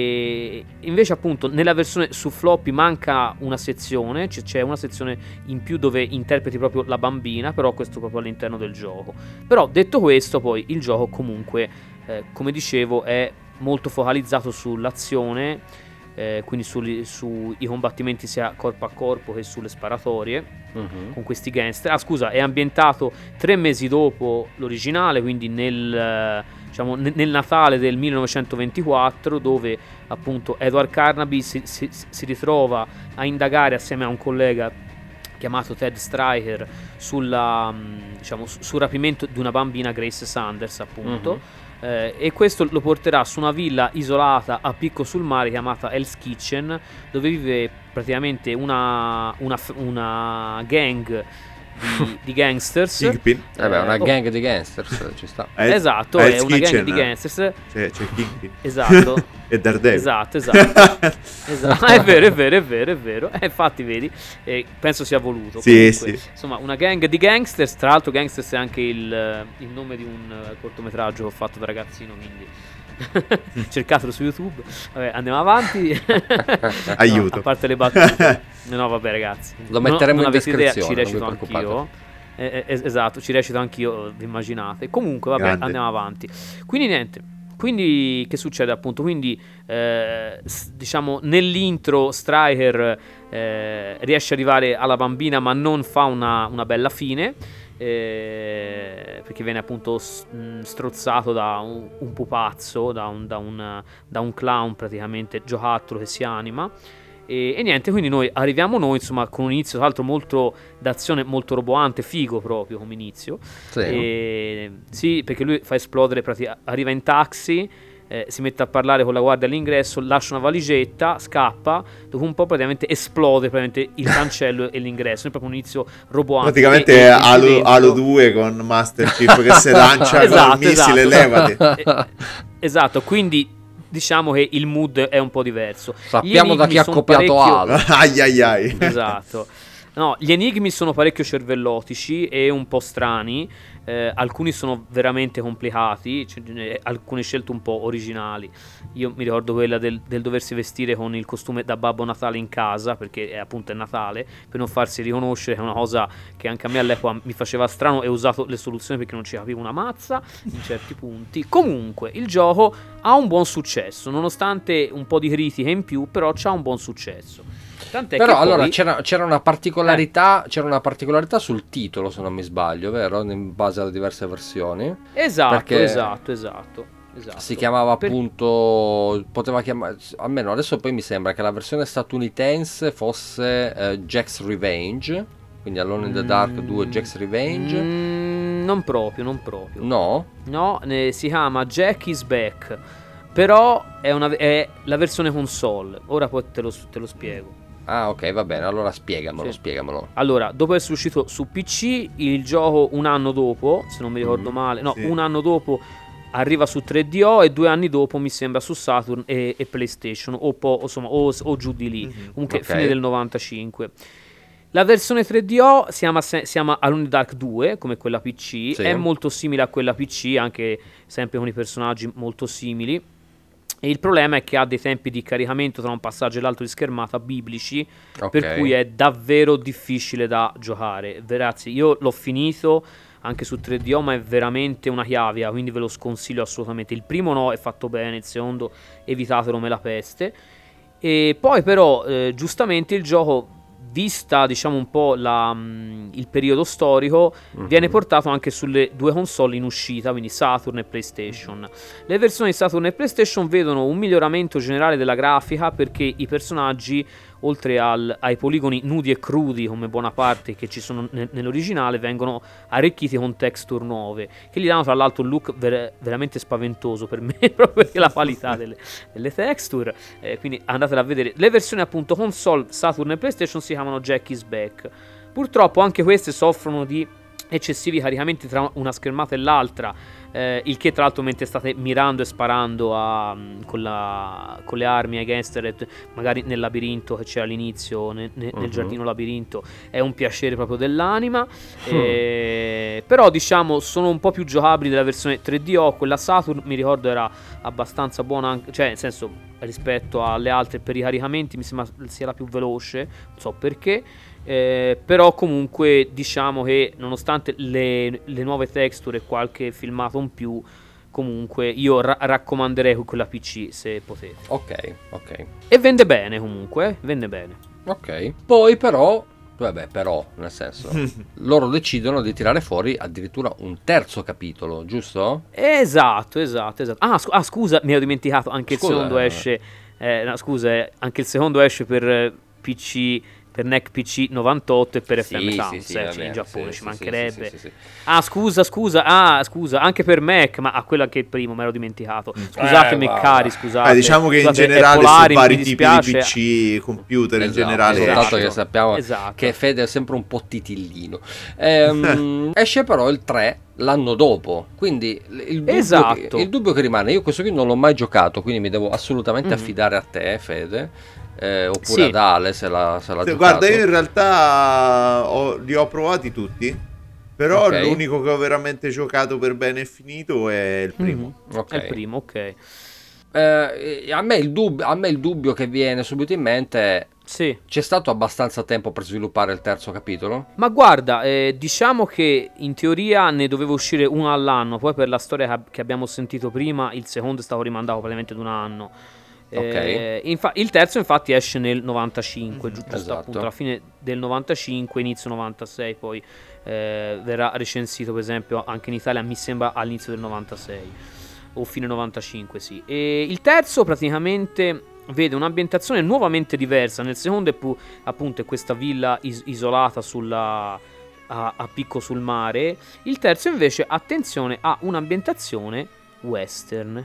E invece appunto nella versione su floppy manca una sezione, c- c'è una sezione in più dove interpreti proprio la bambina, però questo proprio all'interno del gioco. Però detto questo, poi il gioco comunque eh, come dicevo è molto focalizzato sull'azione, eh, quindi sui, sui combattimenti sia corpo a corpo che sulle sparatorie, uh-huh. con questi gangster. Ah scusa, è ambientato tre mesi dopo l'originale, quindi nel... diciamo nel Natale del millenovecentoventiquattro, dove appunto Edward Carnaby si, si, si ritrova a indagare assieme a un collega chiamato Ted Stryker sulla, diciamo, sul rapimento di una bambina, Grace Sanders appunto, uh-huh. eh, e questo lo porterà su una villa isolata a picco sul mare chiamata Hell's Kitchen, dove vive praticamente una, una, una gang Di, di gangsters. Kingpin. Eh beh, una oh. gang di gangsters ci sta. Eh, esatto, eh, è una Kitchen, gang di gangsters. C'è, c'è Kingpin. Esatto. E Daredevil. Esatto, esatto. esatto. È vero, è vero, è vero, è vero. Eh, infatti, vedi, eh, penso sia voluto. Sì, Comunque, sì. Insomma, una gang di gangsters. Tra l'altro, gangsters è anche il, il nome di un cortometraggio che ho fatto da ragazzino, quindi cercatelo su YouTube. Vabbè, andiamo avanti. Aiuto. No, a parte le battute. No, vabbè, ragazzi. Lo metteremo non, non in avete idea, descrizione, ci recito non vi anch'io. Eh, eh, esatto, ci recito anch'io, vi immaginate. Comunque, vabbè, Grande. andiamo avanti. Quindi niente. Quindi che succede appunto? Quindi eh, s- diciamo nell'intro Striker eh, riesce ad arrivare alla bambina ma non fa una, una bella fine, eh, perché viene appunto s- mh, strozzato da un, un pupazzo, da un, da, un, da un clown praticamente giocattolo che si anima. E, e niente, quindi noi arriviamo noi insomma con un inizio tra l'altro molto d'azione, molto roboante, figo proprio come inizio. Sì. E, sì, perché lui fa esplodere, pratica- arriva in taxi, eh, si mette a parlare con la guardia all'ingresso, lascia una valigetta, scappa, dopo un po' praticamente esplode praticamente il cancello e l'ingresso, è proprio un inizio roboante. Praticamente E- e- è e Halo, dentro- Halo due con Master Chief che si lancia Esatto, col missile, esatto. levati. Eh, esatto, quindi diciamo che il mood è un po' diverso. Sappiamo Gli da chi ha enigmi son copiato parecchio- Halo. ai ai ai. Esatto. No, gli enigmi sono parecchio cervellotici e un po' strani. Eh, alcuni sono veramente complicati, c- eh, alcune scelte un po' originali. Io mi ricordo quella del, del doversi vestire con il costume da Babbo Natale in casa, perché è appunto è Natale, per non farsi riconoscere, è una cosa che anche a me all'epoca mi faceva strano, e ho usato le soluzioni perché non ci capivo una mazza in certi punti. Comunque, il gioco ha un buon successo, nonostante un po' di critiche in più, però c'ha un buon successo. Tant'è Però che allora poi- c'era, c'era una particolarità c'era una particolarità sul titolo, se non mi sbaglio, vero? In base alle diverse versioni. Esatto, perché esatto, esatto, esatto. Si chiamava Per- appunto, poteva chiamare, almeno adesso poi mi sembra che la versione statunitense fosse eh, Jack's Revenge, quindi Alone in the Dark due Jack's Revenge. Mm, non proprio, non proprio. No? No, ne- si chiama Jack is Back. Però è, una, è la versione console. Ora poi te lo, te lo spiego. Ah, ok, va bene, allora spiegamelo, Sì. spiegamelo. Allora, dopo essere uscito su P C, il gioco un anno dopo, se non mi ricordo Mm, male, no, sì. un anno dopo arriva su tre D O e due anni dopo mi sembra su Saturn e, e PlayStation o, po', insomma, o, o giù di lì. Mhm. Comunque Ok. fine del novantacinque. La versione tre D O si chiama, se- si chiama Alone in the Dark due, come quella P C, Sì. è molto simile a quella P C, anche sempre con i personaggi molto simili. E il problema è che ha dei tempi di caricamento tra un passaggio e l'altro di schermata biblici, Ok. per cui è davvero difficile da giocare. Ragazzi, io l'ho finito anche su tre D O, ma è veramente una chiavia, quindi ve lo sconsiglio assolutamente. Il primo no, è fatto bene, il secondo evitatelo me la peste. E poi però, eh, giustamente il gioco, vista diciamo un po' la, mh, il periodo storico, Mhm. viene portato anche sulle due console in uscita, quindi Saturn e PlayStation. Le versioni Saturn e PlayStation vedono un miglioramento generale della grafica, perché i personaggi, oltre al- ai poligoni nudi e crudi come buona parte che ci sono ne- nell'originale, vengono arricchiti con texture nuove, che gli danno tra l'altro un look ver- veramente spaventoso per me, proprio perché la qualità delle, delle texture. Eh, quindi andatela a vedere. Le versioni appunto console Saturn e PlayStation si chiamano Jack is Back. Purtroppo anche queste soffrono di eccessivi caricamenti tra una schermata e l'altra, eh, il che tra l'altro mentre state mirando e sparando a, mh, con, la, con le armi ai gangster, e t- magari nel labirinto che c'è all'inizio, ne- ne- nel Mhm. giardino labirinto, è un piacere proprio dell'anima. Eh, però diciamo sono un po' più giocabili della versione tre D O. Quella Saturn mi ricordo era abbastanza buona anche, cioè nel senso rispetto alle altre per i caricamenti mi sembra sia la più veloce, non so perché. Eh, però comunque diciamo che nonostante le, le nuove texture e qualche filmato in più, comunque io ra- raccomanderei quella P C se potete. Ok, ok. E vende bene comunque, eh, vende bene. Ok. Poi però, vabbè, però, nel senso, loro decidono di tirare fuori addirittura un terzo capitolo, giusto? Esatto, esatto, esatto. Ah, scu- ah, scusa, mi ero dimenticato, anche Scusa, il secondo eh. esce eh, no, scusa, eh, anche il secondo esce per eh, P C, per N E C P C novantotto e per Sì, F M sì, Sound, sì, eh, va cioè, bene, in Giappone sì, ci sì, mancherebbe. sì, sì, sì, sì. Ah, scusa, scusa, ah, scusa, anche per Mac, ma a quello anche il primo, me l'ero dimenticato. Scusatemi, Eh, guarda. cari, scusate. Eh, diciamo che in Scusate, generale Polari, su vari mi tipi di dispiace. P C, computer in Esatto, generale esatto. soltanto esce. che sappiamo Esatto. che Fede è sempre un po' titillino. Ehm, esce però il tre l'anno dopo, quindi il dubbio, Esatto. che, il dubbio che rimane, io questo qui non l'ho mai giocato, quindi mi devo assolutamente Mhm. affidare a te, Fede, eh, oppure Sì. ad Ale se l'ha, se l'ha Se- giocato. Guarda, io in realtà ho- li ho provati tutti, però Ok. l'unico che ho veramente giocato per bene e finito è il primo. Mhm. Ok. È il primo, ok. Eh, a, me il dubbio, a me il dubbio che viene subito in mente è, Sì. C'è stato abbastanza tempo per sviluppare il terzo capitolo? Ma guarda, eh, diciamo che in teoria ne doveva uscire uno all'anno, poi per la storia che ab- che abbiamo sentito prima, il secondo è stato rimandato praticamente ad un anno. Eh, infa- il terzo infatti esce nel novantacinque, giusto Esatto. appunto alla fine del novantacinque, inizio novantasei, poi eh, verrà recensito per esempio anche in Italia, mi sembra all'inizio del novantasei o fine novantacinque, sì. E il terzo praticamente vede un'ambientazione nuovamente diversa. Nel secondo è pu- appunto è questa villa is- isolata sulla, a-, a picco sul mare. Il terzo invece, attenzione, ha un'ambientazione western.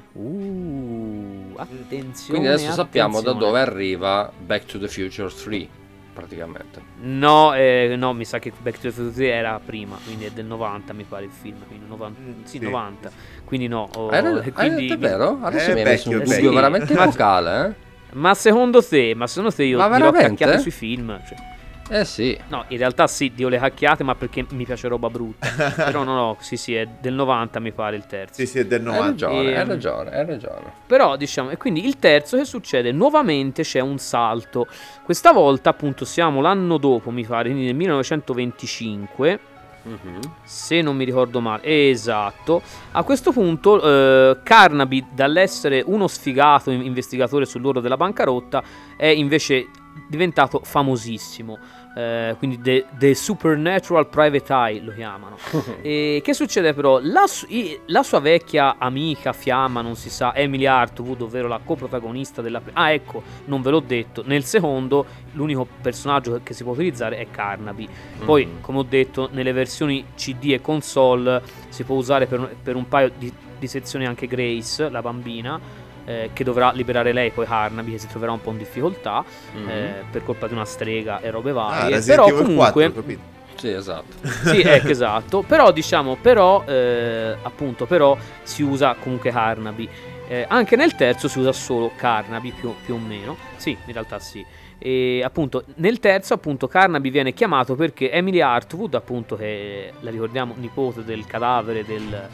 Uh, attenzione. Quindi adesso sappiamo da attenzione. dove arriva Back to the Future tre, praticamente. No, eh, no, mi sa che Back to the Future tre era prima, quindi è del novanta mi pare il film, quindi novanta, Mm, sì, sì. novanta. Quindi no, oh, Ah, era- e ah, quindi è vero? Adesso Eh, mi hai messo un vecchio, dubbio sì. veramente Ma- vocale, eh? Ma secondo te, ma secondo te io Ma dirò veramente? cacchiate sui film? Cioè, Eh sì. no, in realtà sì, dio le cacchiate, ma perché mi piace roba brutta. Però no, no, sì, sì, è del novanta mi pare il terzo. Sì, sì, è del Hai novanta. ragione, hai Ehm, ragione, hai ragione. Però diciamo, e quindi il terzo che succede? Nuovamente c'è un salto. Questa volta appunto siamo l'anno dopo, mi pare, quindi nel millenovecentoventicinque, Mhm. se non mi ricordo male. Esatto. A questo punto eh, Carnaby, dall'essere uno sfigato in- investigatore sull'oro della bancarotta, è invece diventato famosissimo. Eh, quindi The, The Supernatural Private Eye lo chiamano. E che succede però? La, su- i- la sua vecchia amica, fiamma, non si sa, Emily Artwood, ovvero la coprotagonista della... Ah, ecco, non ve l'ho detto. Nel secondo, l'unico personaggio che si può utilizzare è Carnaby. Poi, Mhm. come ho detto, nelle versioni C D e console si può usare per, per un paio di, di sezioni anche Grace, la bambina, eh, che dovrà liberare lei, poi Carnaby, che si troverà un po' in difficoltà Mhm. eh, per colpa di una strega e robe Ah, varie. Resident Però Evil comunque... quattro, capito? Sì, esatto. Sì, ecco, esatto. Però diciamo, però, eh, appunto, però si usa comunque Carnaby. Eh, anche nel terzo si usa solo Carnaby, più, più o meno. Sì, in realtà sì. E appunto, nel terzo, appunto, Carnaby viene chiamato perché Emily Artwood, appunto, che la ricordiamo nipote del cadavere del...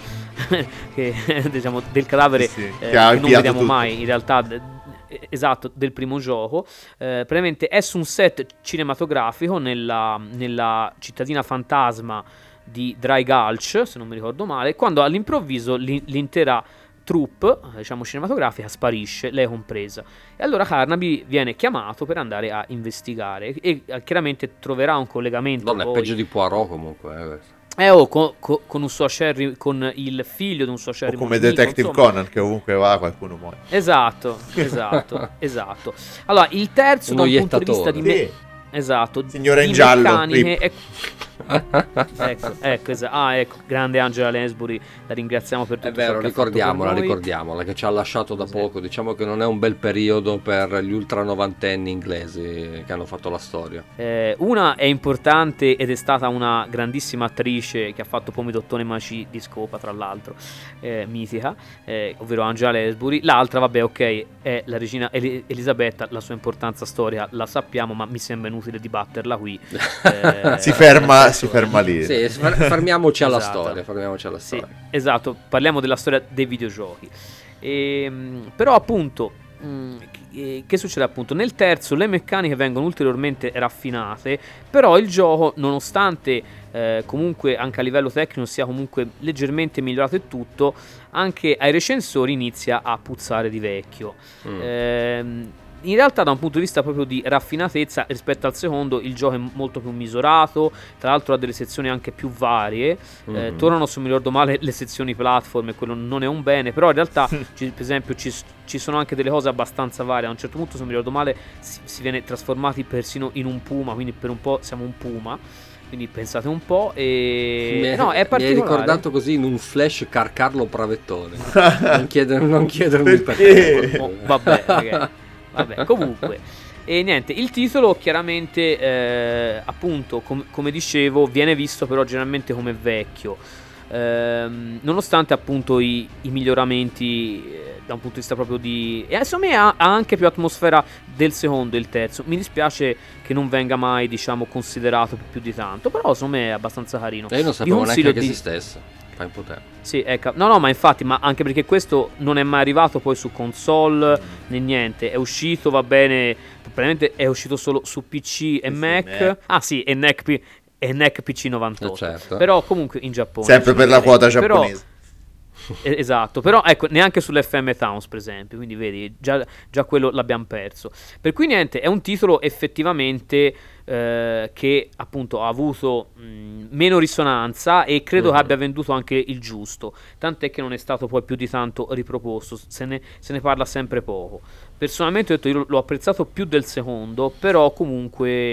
che, diciamo, del cadavere Sì, sì, eh, che ha che non inviato vediamo tutto. mai, in realtà... de- Esatto, del primo gioco. Eh, praticamente è su un set cinematografico nella, nella cittadina fantasma di Dry Gulch, se non mi ricordo male, quando all'improvviso l'in- l'intera troupe, eh, diciamo cinematografica, sparisce, lei compresa. E allora Carnaby viene chiamato per andare a investigare e, e chiaramente troverà un collegamento. Non è poi- peggio di Poirot comunque. eh, questo. Eh, oh, co- co- con un suo scerri- con il figlio di un suo O scerry come Detective Conan, che ovunque va qualcuno muore. Esatto, esatto, esatto. Allora, il terzo da Uno un punto di vista iettatore. di me... Sì. Esatto, Signore di in giallo, meccaniche, Rip. ecco, ecco, ecco, esa- ah, ecco, grande Angela Lansbury, la ringraziamo per tutto È vero, ciò che ha fatto per ricordiamola, noi. ricordiamola, che ci ha lasciato da Sì. poco. Diciamo che non è un bel periodo per gli ultranovantenni inglesi che hanno fatto la storia. Eh, una è importante ed è stata una grandissima attrice che ha fatto Pomidottone Maci di Scopa, tra l'altro, eh, mitica, eh, ovvero Angela Lansbury. L'altra, vabbè, ok, è la regina Eli- Elisabetta, la sua importanza storica la sappiamo, ma mi sembra inutile dibatterla qui. Eh, Si ferma, nel si senso, ferma lì. Sì, fer- fermiamoci alla Esatto. storia, fermiamoci alla Sì, storia. esatto, parliamo della storia dei videogiochi. Ehm, però appunto, mh, che, che succede appunto? Nel terzo le meccaniche vengono ulteriormente raffinate, però il gioco, nonostante eh, comunque anche a livello tecnico sia comunque leggermente migliorato e tutto, anche ai recensori inizia a puzzare di vecchio. Mm. Ehm, in realtà da un punto di vista proprio di raffinatezza rispetto al secondo il gioco è molto più misurato, tra l'altro ha delle sezioni anche più varie. Eh, Mhm. tornano, se mi ricordo male, le sezioni platform e quello non è un bene, però in realtà ci- per esempio ci, ci sono anche delle cose abbastanza varie. A un certo punto, se non mi ricordo male, si, si viene trasformati persino in un puma, quindi per un po' siamo un puma, quindi pensate un po'. E Mi, è, no, è mi hai particolare. ricordato così in un flash Carcarlo Pravettone. non, chieder- non chiedermi Perché? Oh, vabbè, ragazzi. Vabbè, comunque. E niente, il titolo chiaramente, eh, appunto, com- come dicevo, viene visto però generalmente come vecchio. Ehm, nonostante appunto i, i miglioramenti eh, da un punto di vista proprio di... E secondo me ha, ha anche più atmosfera del secondo e il terzo. Mi dispiace che non venga mai, diciamo, considerato più di tanto, però secondo me è abbastanza carino. E io non Vi sapevo neanche consiglio che di- esistesse. fai potere. Sì, ecco. No, no, ma infatti, ma anche perché questo non è mai arrivato poi su console né niente. È uscito, va bene, probabilmente è uscito solo su P C e Sì, Mac. sì, Mac. Ah sì, e N E C P e N E C P C novantotto. Eh, certo. Però comunque in Giappone. Sempre per la quota Però- giapponese. Eh, Esatto, però ecco, neanche sull'F M Towns per esempio, quindi vedi, già, già quello l'abbiamo perso. Per cui niente, è un titolo effettivamente eh, che appunto ha avuto mh, meno risonanza e credo Mhm. che abbia venduto anche il giusto, tant'è che non è stato poi più di tanto riproposto, se ne, se ne parla sempre poco. Personalmente ho detto, io l'ho apprezzato più del secondo, però comunque...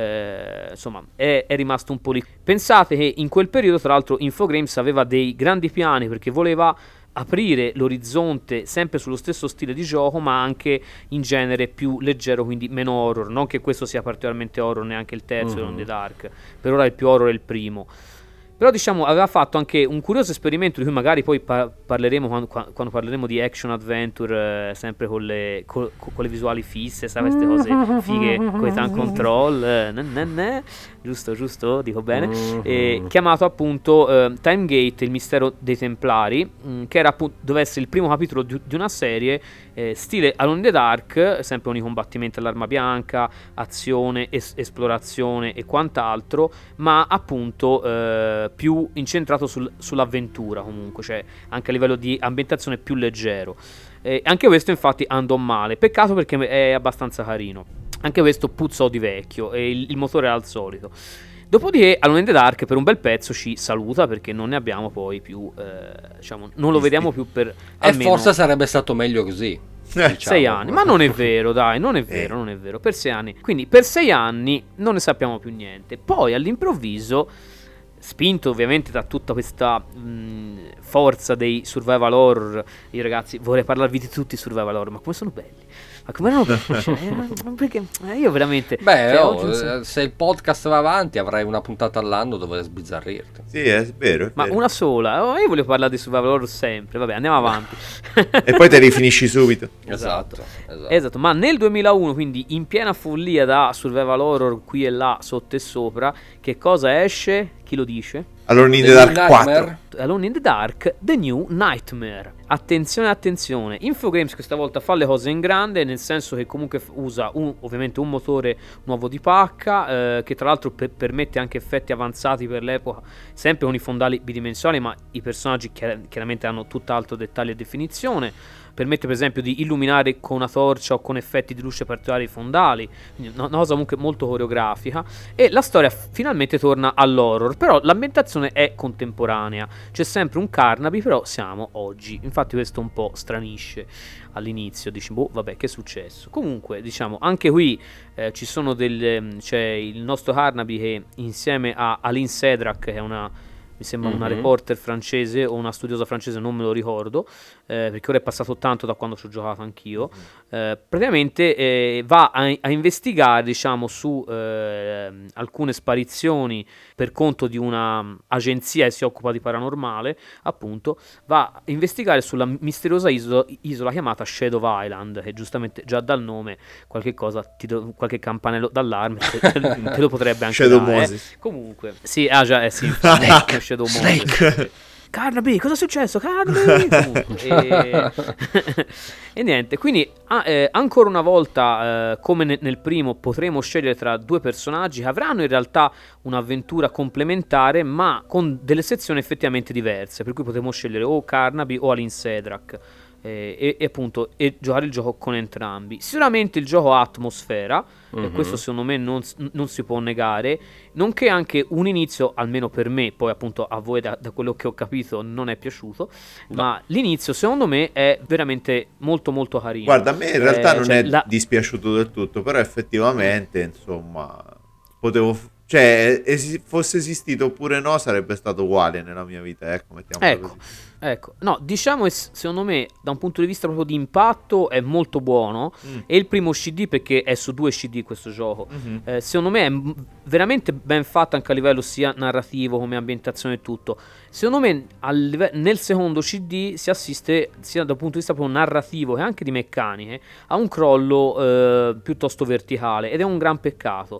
Eh, insomma è, è rimasto un po' lì. Pensate che in quel periodo tra l'altro Infogrames aveva dei grandi piani perché voleva aprire l'orizzonte sempre sullo stesso stile di gioco ma anche in genere più leggero, quindi meno horror. Non che questo sia particolarmente horror, neanche il terzo, Mhm. Alone in the Dark, per ora il più horror è il primo. Però diciamo aveva fatto anche un curioso esperimento di cui magari poi pa- parleremo quando, qua- quando parleremo di action adventure, eh, sempre con le, co- co- con le visuali fisse, sai, queste cose fighe con i tank control, eh, ne- ne- ne. giusto, giusto, dico bene, Mhm. eh, chiamato appunto eh, Time Gate, il mistero dei Templari, mh, che era appunto, doveva essere il primo capitolo di, di una serie eh, stile Alone in the Dark, sempre con i combattimenti all'arma bianca, azione, es- esplorazione e quant'altro, ma appunto eh, più incentrato sul- sull'avventura comunque, cioè anche a livello di ambientazione più leggero. Eh, anche questo infatti andò male, peccato perché è abbastanza carino. Anche questo puzzò di vecchio e il, il motore era al solito. Dopodiché Alone in the Dark per un bel pezzo ci saluta perché non ne abbiamo poi più, eh, diciamo, non lo vediamo più per E almeno forse sarebbe stato meglio così. Eh, diciamo. sei anni, ma non è vero, dai, non è vero, Eh. non è vero, per sei anni. Quindi per sei anni non ne sappiamo più niente. Poi all'improvviso, spinto ovviamente da tutta questa mh, forza dei survival horror, io ragazzi vorrei parlarvi di tutti i survival horror, ma come sono belli, ma come erano belli, cioè, eh, perché eh, io veramente Beh, cioè, oh, oggi non so- eh, se il podcast va avanti avrai una puntata all'anno dove sbizzarrirti. Sì, è vero, è ma vero. una sola. Oh, io voglio parlare di survival horror sempre, vabbè, andiamo avanti. E poi te li finisci subito. Esatto, esatto. Esatto, ma nel duemilauno, quindi in piena follia da survival horror qui e là, sotto e sopra, che cosa esce? Chi lo dice? Alone in the The Dark New quattro. Nightmare? Alone in the Dark, The New Nightmare. Attenzione, attenzione. Infogrames questa volta fa le cose in grande, nel senso che comunque f- usa un- ovviamente un motore nuovo di pacca, eh, che tra l'altro per- permette anche effetti avanzati per l'epoca, sempre con i fondali bidimensionali, ma i personaggi chiar- chiaramente hanno tutt'altro dettaglio e definizione. Permette per esempio di illuminare con una torcia o con effetti di luce particolari i fondali, quindi una una cosa comunque molto coreografica. E la storia f- finalmente torna all'horror, però l'ambientazione è contemporanea, c'è sempre un Carnaby, però siamo oggi. Infatti questo un po' stranisce all'inizio, dici boh vabbè che è successo. Comunque diciamo anche qui eh, ci sono delle, c'è il nostro Carnaby che insieme a Aline Sedrak, che è una, mi sembra una Mhm. reporter francese o una studiosa francese, non me lo ricordo, eh, perché ora è passato tanto da quando ci ho giocato anch'io. Eh, praticamente eh, va a, a investigare, diciamo, su eh, alcune sparizioni per conto di una um, agenzia che si occupa di paranormale, appunto, va a investigare sulla misteriosa isola, isola chiamata Shadow Island, che giustamente già dal nome qualche cosa, ti do- qualche campanello d'allarme te, te- te lo potrebbe anche Shadow dare, eh. Moses. Comunque, sì, ah già, eh sì, infatti, Shadow Moses. Carnaby, cosa è successo? Carnaby! Comunque, e... e niente, quindi ah, eh, ancora una volta, eh, come ne- nel primo, potremo scegliere tra due personaggi che avranno in realtà un'avventura complementare, ma con delle sezioni effettivamente diverse, per cui potremo scegliere o Carnaby o Aline Sedrak. eh, e, e appunto e giocare il gioco con entrambi. Sicuramente il gioco ha atmosfera, e Mhm. questo secondo me non, s- non si può negare, nonché anche un inizio, almeno per me, poi appunto a voi da, da quello che ho capito non è piaciuto, No. ma l'inizio secondo me è veramente molto molto carino. Guarda, a me in realtà Eh, non cioè, è la- dispiaciuto del tutto, però effettivamente, insomma, potevo... f- Cioè, esi- fosse esistito oppure no, sarebbe stato uguale nella mia vita, ecco, mettiamola Ecco, così. ecco, no, diciamo che s- secondo me da un punto di vista proprio di impatto è molto buono. Mm. E il primo C D, perché è su due C D questo gioco, Mhm. eh, secondo me è m- veramente ben fatto anche a livello sia narrativo come ambientazione e tutto. Secondo me al live- nel secondo C D si assiste sia dal punto di vista proprio narrativo che anche di meccaniche a un crollo eh, piuttosto verticale, ed è un gran peccato.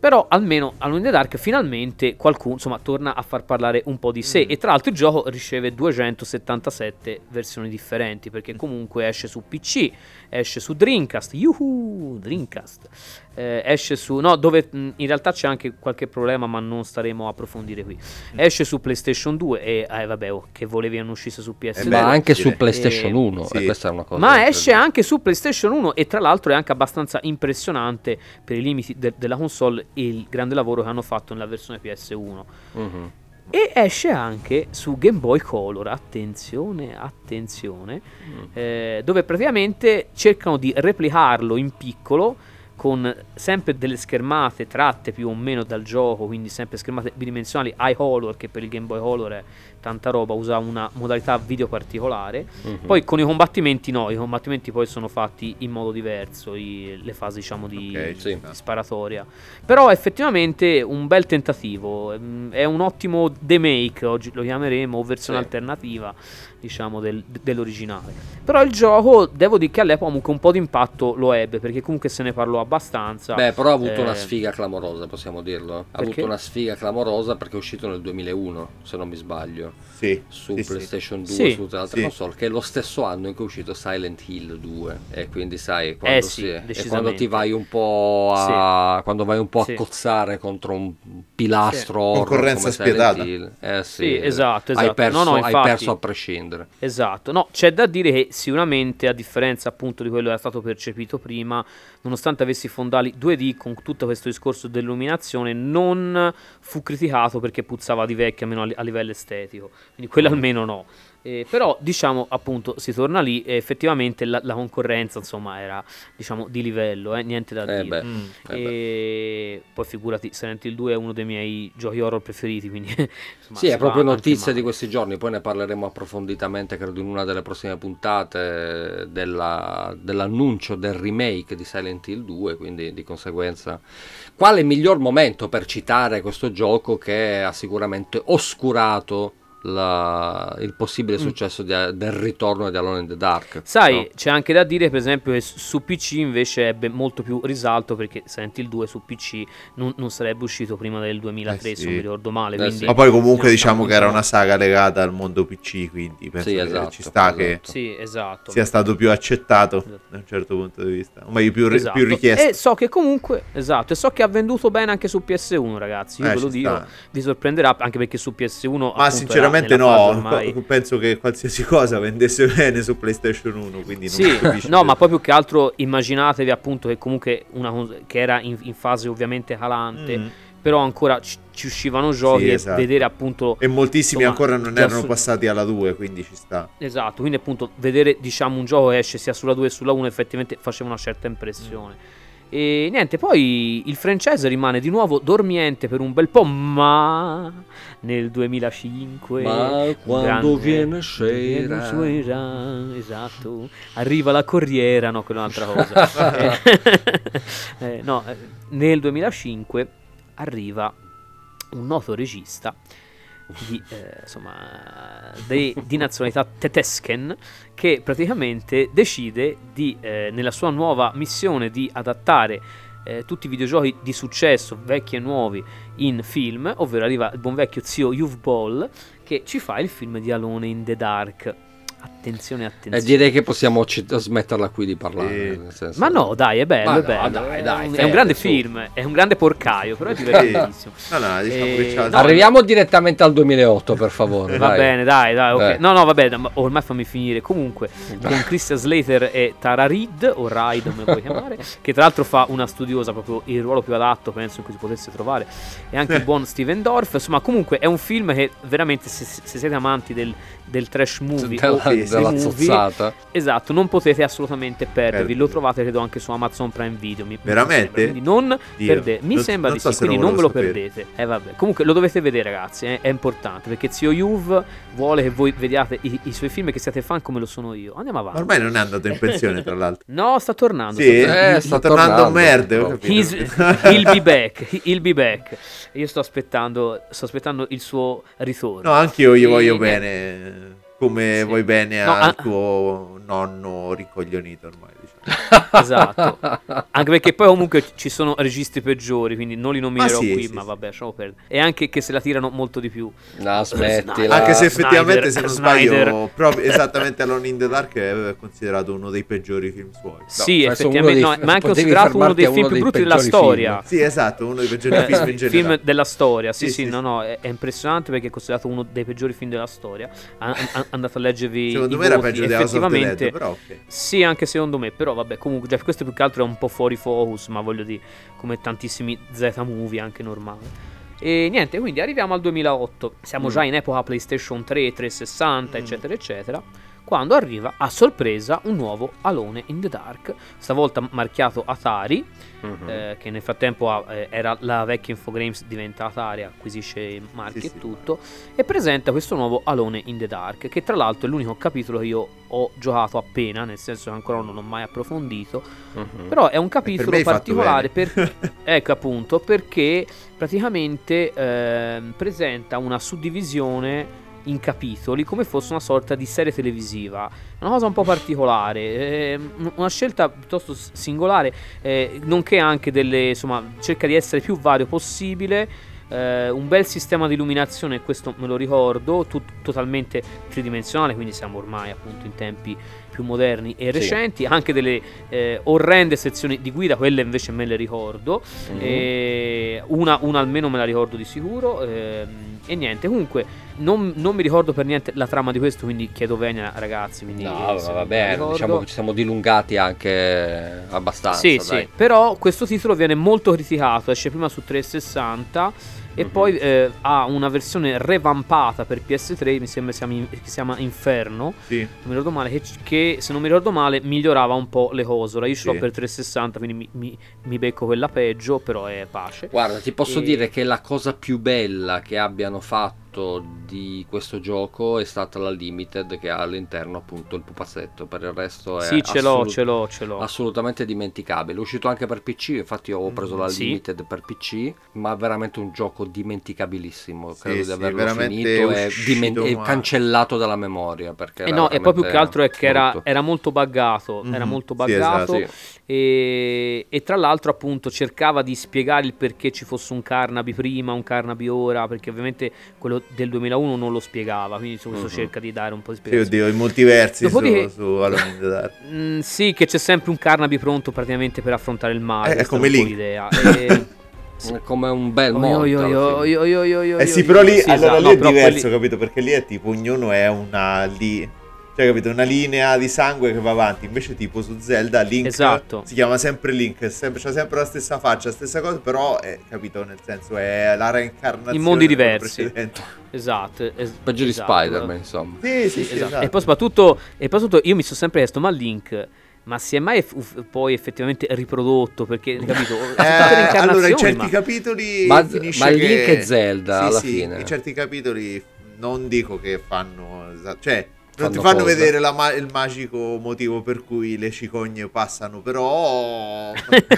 Però almeno Alone in the Dark finalmente qualcuno insomma torna a far parlare un po' di sé, Mm. e tra l'altro il gioco riceve duecentosettantasette versioni differenti, perché comunque esce su P C, esce su Dreamcast, yuhu, Dreamcast, eh, esce su no dove mh, in realtà c'è anche qualche problema, ma non staremo a approfondire qui. Esce su PlayStation due e eh, vabbè, oh, che volevi non uscisse su P S due. Eh Ma beh, anche sì, su eh. PlayStation Eh, uno, sì. e questa è una cosa Ma esce incredibile. anche su PlayStation uno, e tra l'altro è anche abbastanza impressionante per i limiti de- della console il grande lavoro che hanno fatto nella versione P S uno. Mhm. E esce anche su Game Boy Color, attenzione, attenzione, Mm. eh, dove praticamente cercano di replicarlo in piccolo, con sempre delle schermate tratte più o meno dal gioco, quindi sempre schermate bidimensionali high color, che per il Game Boy Color è tanta roba, usa una modalità video particolare. Mhm. Poi con i combattimenti no, i combattimenti poi sono fatti in modo diverso, i- le fasi diciamo di, Ok, sì. di sparatoria. Però effettivamente un bel tentativo, mm, è un ottimo remake, oggi lo chiameremo, o versione Sì. alternativa diciamo del- dell'originale. Però il gioco, devo dire che all'epoca comunque un po' di impatto lo ebbe, perché comunque se ne parlò abbastanza. Beh, però ha avuto una Eh, sfiga clamorosa, possiamo dirlo. Ha Perché? avuto una sfiga clamorosa perché è uscito nel duemilauno, se non mi sbaglio, Sì, su sì, sì. PlayStation due, Sì. su tutte le altre Sì. console, che è lo stesso anno in cui è uscito Silent Hill due. E quindi sai, quando, Eh sì, si- e decisamente. quando ti vai un po' a quando vai un po' Sì. a cozzare contro un pilastro horror Concorrenza come Silent spietata. Hill, eh sì, Sì, esatto, Hai esatto. perso, No, no, hai infatti. perso a prescindere. Esatto, no, c'è da dire che sicuramente, a differenza appunto di quello che era stato percepito prima, nonostante avessi fondali due D con tutto questo discorso dell'illuminazione, non fu criticato perché puzzava di vecchio, almeno a, li- a livello estetico, quindi quello almeno no. Eh, però diciamo appunto si torna lì e effettivamente la, la concorrenza insomma era diciamo di livello, eh, niente da Eh dire. beh, Mm. eh beh. E poi figurati, Silent Hill due è uno dei miei giochi horror preferiti, quindi insomma, Sì, si è va proprio anche notizia male. di questi giorni, poi ne parleremo approfonditamente, credo, in una delle prossime puntate della- dell'annuncio del remake di Silent Hill due, quindi di conseguenza quale miglior momento per citare questo gioco che ha sicuramente oscurato la- il possibile Mm. successo di- del ritorno di Alone in the Dark. Sai, no? c'è anche da dire per esempio che su su P C invece ebbe molto più risalto, perché Silent Hill due su P C non, non sarebbe uscito prima del duemilatré, Eh se non sì. mi ricordo male. Eh Quindi, sì. Ma poi comunque diciamo diciamo, che era diciamo- una saga legata al mondo P C, quindi penso Sì, che esatto, ci sta esatto. che Sì, esatto. sia stato più accettato Esatto. da un certo punto di vista, o meglio più, ri- Esatto. più richiesto. E so che comunque, esatto, e so che ha venduto bene anche su P S uno, ragazzi. Io Eh, ve lo ci dico, sta. vi sorprenderà, anche perché su P S uno Ma appunto, sinceramente era nella fase no, ormai- co- penso che qualsiasi cosa vendesse bene su PlayStation uno, quindi non Sì, mi capisci. no, ma poi più che altro immaginatevi appunto che comunque una cons- che era in, in fase ovviamente calante, Mm. però ancora ci, ci uscivano giochi Sì, e esatto. vedere appunto E moltissimi insomma, ancora non già erano su- passati alla due, quindi ci sta. Esatto, quindi appunto vedere diciamo un gioco che esce sia sulla due che sulla uno effettivamente faceva una certa impressione. E niente, poi il franchise rimane di nuovo dormiente per un bel po', ma nel duemilacinque Ma un quando grande- viene sera. viene sera, esatto, arriva la corriera, no, quella è un'altra cosa. Eh, eh, no, eh, nel duemilacinque arriva un noto regista di, eh, insomma, de- di nazionalità tedesken, che praticamente decide di, eh, nella sua nuova missione di adattare eh, tutti i videogiochi di successo, vecchi e nuovi, in film, ovvero arriva il buon vecchio zio Uwe Boll, che ci fa il film di Alone in the Dark. Attenzione, attenzione. E direi che possiamo ci- smetterla qui di parlare. Sì. nel senso- Ma no, dai, è bello, Ma è no, bello. dai, è, dai, un, è Fede, un grande su. film, è un grande porcaio, però è divertentissimo. No, no, diciamo Eh, che c'ha- no, Arriviamo direttamente al duemilaotto, per favore. Va dai. bene, dai, dai, ok. Eh. No, no, vabbè, ma ormai fammi finire. Comunque, con Christian Slater e Tara Reid, o Raid, come puoi chiamare, che tra l'altro fa una studiosa, proprio il ruolo più adatto, penso, in cui si potesse trovare. E anche il buon Steven Dorff. Insomma, comunque è un film che veramente, se, se siete amanti del, del trash movie Della, o sì, della movie, zozzata. esatto, non potete assolutamente perdervi. Perdervi. Lo trovate, credo, anche su Amazon Prime Video. Mi, mi Veramente? sembra. Quindi non Dio. perdete. Mi Non- sembra non di so sì, se lo quindi non ve lo volevo sapere. perdete. Eh, vabbè. Comunque lo dovete vedere, ragazzi. eh, È importante perché zio Juve vuole che voi vediate i, i suoi film e che siate fan come lo sono io. Andiamo avanti. Ormai non è andato in pensione, tra l'altro. No, sta tornando. Sì, sta tornando. Eh, sta, sta tornando tornando. merda. ho capito. He's- he'll be back. He'll be back. Io sto aspettando, sto aspettando il suo ritorno. No, anche io gli E voglio niente. bene. Come Sì. vuoi bene No, al ah- tuo nonno ricoglionito ormai, diciamo. Esatto. Anche perché poi comunque ci sono registri peggiori, quindi non li nominerò sì, qui, sì, ma sì. vabbè, lasciamo perdere. E anche che se la tirano molto di più. No, smettila. Anche se effettivamente, Snyder, se non Snyder. sbaglio, proprio esattamente Alone in the Dark è considerato uno dei peggiori film suoi. No. Sì, adesso uno effettivamente, dei- no, ma è anche potevi considerato uno dei fermarti a film uno più dei brutti della peggiori storia. Sì, esatto, uno dei peggiori Eh, film in film generale. della storia, sì, Sì, sì, sì, no, sì. no, è, è impressionante perché è considerato uno dei peggiori film della storia. A- a- andate a leggervi Secondo i me era voti, peggio di House of the effettivamente. Dead, però ok. Sì, anche secondo me, però vabbè, comunque, cioè, questo più che altro è un po' fuori focus, ma voglio dire, come tantissimi Z-movie anche normali. E niente, quindi arriviamo al duemilaotto, siamo Mm. già in epoca PlayStation tre, trecentosessanta, Mm. eccetera, eccetera, quando arriva a sorpresa un nuovo Alone in the Dark, stavolta marchiato Atari, Mhm. eh, che nel frattempo ha- eh, era la vecchia Infogrames, diventa Atari, acquisisce i marchi Sì, e sì. tutto, e presenta questo nuovo Alone in the Dark, che tra l'altro è l'unico capitolo che io ho giocato appena, nel senso che ancora non ho mai approfondito, Mhm. però è un per capitolo me hai fatto particolare bene. per, ecco appunto, perché praticamente ehm, presenta una suddivisione in capitoli come fosse una sorta di serie televisiva, una cosa un po' particolare, ehm, una scelta piuttosto s- singolare, eh, nonché anche delle, insomma, cerca di essere più vario possibile. eh, un bel sistema di illuminazione, questo me lo ricordo, tut- totalmente tridimensionale, quindi siamo ormai appunto in tempi più moderni e Sì. recenti, anche delle eh, orrende sezioni di guida, quelle invece me le ricordo. Mhm. E una, una almeno me la ricordo di sicuro. ehm, e niente, comunque non, non mi ricordo per niente la trama di questo, quindi chiedo venia ragazzi. Quindi, No, se non me la vabbè, ricordo. diciamo che ci siamo dilungati anche abbastanza. Sì, dai. sì, però questo titolo viene molto criticato, esce prima su trecentosessanta e Mhm. poi eh, ha una versione revampata per P S tre, mi sembra si chiami- che si chiama Inferno, Sì. non mi ricordo male, che, che, se non mi ricordo male migliorava un po' le cose. Ora io ce l'ho Sì. per trecentosessanta, quindi mi, mi- mi becco quella peggio, però è pace. Guarda, ti posso E- dire che la cosa più bella che abbiano fatto di questo gioco è stata la Limited, che ha all'interno appunto il pupazzetto. Per il resto è Sì, ce l'ho, assolut- ce l'ho, ce l'ho. assolutamente dimenticabile. È uscito anche per P C, infatti io ho preso Mm, la sì. Limited per P C, ma veramente un gioco dimenticabilissimo. Sì, Credo di sì, averlo veramente finito e, uscito dimen- e male. cancellato dalla memoria. Perché Eh era no, e poi più veramente che altro è che era, brutto. era molto buggato, era Mhm, molto sì, buggato esatto. Sì. e, e tra l'altro appunto cercava di spiegare il perché ci fosse un Carnaby prima, un Carnaby ora, perché ovviamente quello del duemilauno non lo spiegava, quindi su questo Mhm. cerca di dare un po' di Sì, spiegazione. oddio, i multiversi Dopodiché- su, su Alone in the Dark. Mm, sì, che c'è sempre un Carnaby pronto praticamente per affrontare il male, Eh, è questa come un po' Link. l'idea. E- È come un bel Oi, mondo. oi, oi, alla fine. oi, oi, oi, oi, Eh oi, sì, oi, però lì, sì, allora esatto, lì no, è però diverso, quelli- capito? Perché lì è tipo ognuno è una lì, cioè capito, una linea di sangue che va avanti. Invece tipo su Zelda Link Esatto. si chiama sempre Link, è sempre, c'ha sempre la stessa faccia, la stessa cosa, però è, capito, nel senso è la reincarnazione In mondi di quello diversi. precedente. Esatto, es- Peggio di esatto. Spider-Man, insomma. Sì, sì, sì, Esatto. esatto. E poi soprattutto, e poi soprattutto io mi sono sempre chiesto, ma Link, ma si è mai eff- uff- poi effettivamente riprodotto? Perché, capito? Tutte le Eh, allora in incarnazioni, certi ma- capitoli Ma- finisce ma che... Link e Zelda, sì, alla sì, fine. in certi capitoli non dico che fanno esa- cioè non ti Fanno fanno cosa? vedere la ma- il magico motivo per cui le cicogne passano, però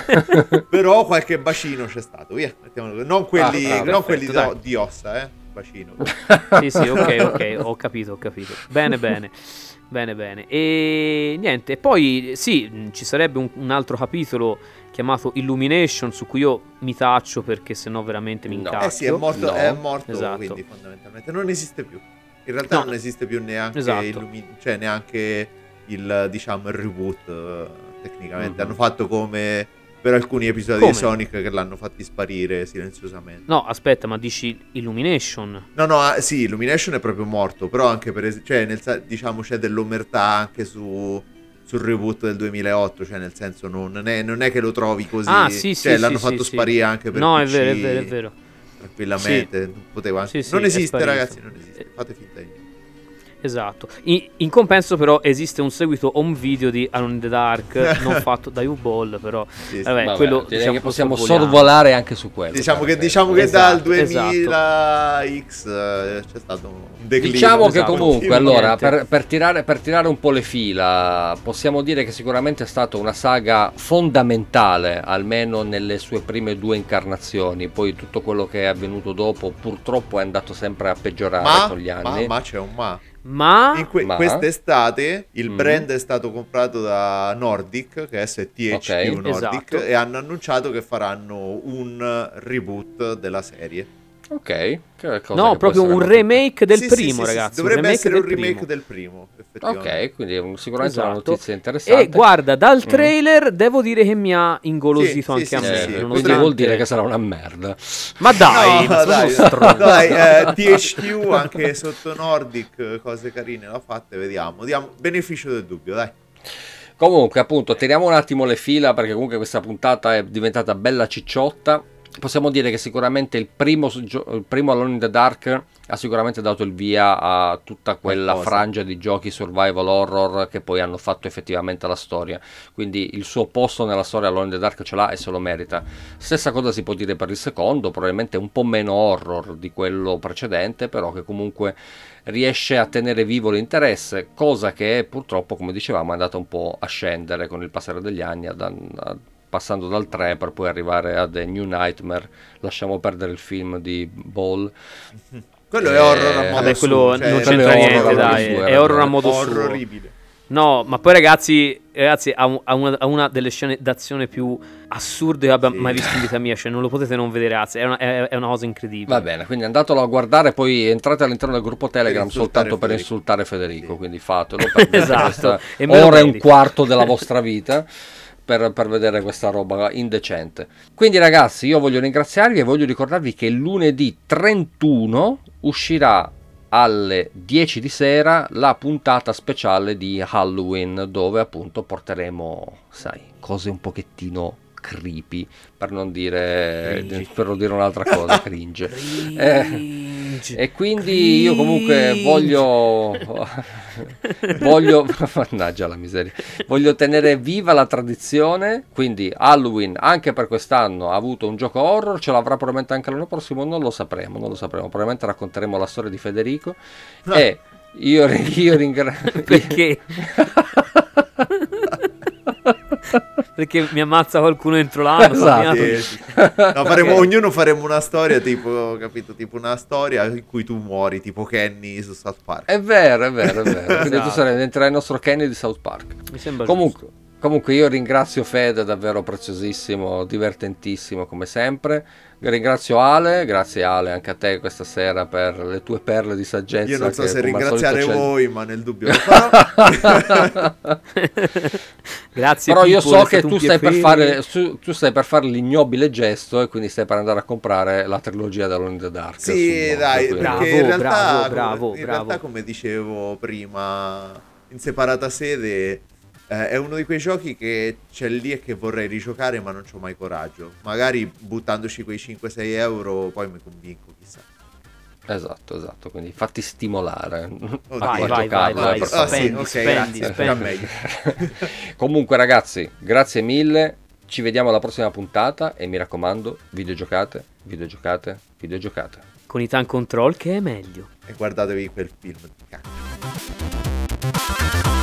però qualche bacino c'è stato, via, mettiamolo così. Non quelli, Ah, ah, non perfetto, quelli dai. di, di ossa, eh, bacino. Sì, sì, ok, ok, ho capito, ho capito. Bene, bene. Bene, bene. E niente, poi sì, mh, ci sarebbe un, un altro capitolo chiamato Illumination su cui io mi taccio perché sennò veramente mi No. incacchio. Eh sì, è morto, No. è morto Esatto. quindi fondamentalmente non esiste più. In realtà No. non esiste più neanche Esatto. Illumi- cioè neanche il diciamo il reboot eh, tecnicamente. Mhm. Hanno fatto come per alcuni episodi Come? di Sonic che l'hanno fatti sparire silenziosamente. No, aspetta, ma dici Illumination? No, no, ah, sì, Illumination è proprio morto, però anche per es- cioè nel sa- diciamo c'è dell'omertà anche su sul reboot del duemilaotto, cioè nel senso non, non è, non è che lo trovi così, Ah, sì, sì, cioè sì, l'hanno sì, fatto sì. sparire anche per No, P è C vero, è vero, è vero. tranquillamente, non poteva anche... Sì, sì, non è esiste sparito. ragazzi, non esiste, fate finta di niente. Esatto. In, in compenso però esiste un seguito home video di Alone in the Dark non fatto da U-Ball, però Sì, sì. vabbè, Vabbè, quello direi diciamo che possiamo sorvoliamo. sorvolare anche su quello. Diciamo che, perfetto. diciamo che Esatto, dal duemila X eh, c'è stato un declino. Diciamo che Esatto. comunque continuo. allora Niente. per, per tirare, per tirare un po' le fila possiamo dire che sicuramente è stata una saga fondamentale, almeno nelle sue prime due incarnazioni. Poi tutto quello che è avvenuto dopo purtroppo è andato sempre a peggiorare ma, con gli ma, anni. ma c'è un ma. Ma In que- Ma? quest'estate il Mm. brand è stato comprato da Nordic, che è S T H Q Ok. Nordic, Esatto. e hanno annunciato che faranno un reboot della serie. Ok, che cosa che no, può proprio essere un molto- remake del Sì, sì, primo, sì, sì, ragazzi. dovrebbe un remake essere del un remake primo. del primo, effettivamente. Ok, quindi è un- sicuramente una Esatto. notizia interessante. E guarda, dal Mm. trailer devo dire che mi ha ingolosito Sì, sì, anche sì, a sì, me. sì. Eh, quindi nonostante- vuol dire che sarà una merda. Ma dai, No, ma sono dai, stronzo. dai, eh, T H Q anche sotto Nordic, cose carine l'ha fatte, vediamo. Diamo beneficio del dubbio, dai. Comunque, appunto, tiriamo un attimo le fila perché comunque questa puntata è diventata bella cicciotta. Possiamo dire che sicuramente il primo, gio- il primo Alone in the Dark ha sicuramente dato il via a tutta quella Qualcosa. frangia di giochi survival horror che poi hanno fatto effettivamente la storia. Quindi il suo posto nella storia Alone in the Dark ce l'ha e se lo merita. Stessa cosa si può dire per il secondo, probabilmente un po' meno horror di quello precedente, però che comunque riesce a tenere vivo l'interesse, cosa che purtroppo, come dicevamo, è andata un po' a scendere con il passare degli anni, ad- a- passando dal tre per poi arrivare a The New Nightmare. Lasciamo perdere il film di Ball. Quello Eh, è horror a modo Vabbè, suo, quello cioè, non quello c'entra è niente, horror a modo dai. suo, È hai horror a ragione. modo suo. orroribile. No, ma poi ragazzi, ragazzi ha, un- ha una, ha una delle scene d'azione più assurde che abbia Sì. mai visto in vita mia. Cioè, non lo potete non vedere, ragazzi. È una, è, è una cosa incredibile. Va bene, quindi andatelo a guardare, poi entrate all'interno del gruppo Telegram insultare soltanto per Federico. insultare Federico, Sì. quindi fatelo, perdete Esatto, questa e me lo ora e un merito. quarto della vostra vita per, per vedere questa roba indecente. Quindi ragazzi, io voglio ringraziarvi e voglio ricordarvi che lunedì trentuno uscirà alle dieci di sera la puntata speciale di Halloween, dove appunto porteremo, sai, cose un pochettino creepy, per non dire Cringy. per non dire un'altra cosa, cringe. Cringe. E quindi io comunque Cringe. voglio voglio mannaggia la miseria, voglio tenere viva la tradizione, quindi Halloween anche per quest'anno ha avuto un gioco horror, ce l'avrà probabilmente anche l'anno prossimo, non lo sapremo, non lo sapremo, probabilmente racconteremo la storia di Federico e io, io ringrazio Perché? Perché mi ammazza qualcuno entro l'anno. Esatto. Sì, sì. No, faremo, ognuno faremo una storia tipo, capito? Tipo una storia in cui tu muori, tipo Kenny su South Park. È vero, è vero, è vero. Quindi tu Esatto. sarai, diventerai il nostro Kenny di South Park. Mi sembra Comunque, comunque io ringrazio Fede, davvero preziosissimo, divertentissimo come sempre. Ringrazio Ale, grazie Ale anche a te questa sera per le tue perle di saggezza. Io non so che se come al ringraziare solito c'è- voi, ma nel dubbio lo farò. Grazie. Però io Pippo, so è che stato tu un stai, per piacere. fare, su- tu stai per fare l'ignobile gesto e quindi stai per andare a comprare la trilogia da Alone in the Dark. Sì, sul dai, mondo, Bravo, perché in realtà, bravo, bravo, in bravo. realtà, come dicevo prima, in separata sede, eh, è uno di quei giochi che c'è lì e che vorrei rigiocare, ma non c'ho mai coraggio. Magari buttandoci quei cinque sei euro poi mi convinco, chissà. Esatto, esatto, quindi fatti stimolare. Oddio. Vai, a vai, giocarlo, vai, eh, vai, per Ah, favore. sì, spendi, ok, spendi, grazie, spendi. già meglio. Comunque ragazzi, grazie mille, ci vediamo alla prossima puntata e mi raccomando, videogiocate, videogiocate, videogiocate. Con i tank control che è meglio. E guardatevi quel film di cacchio.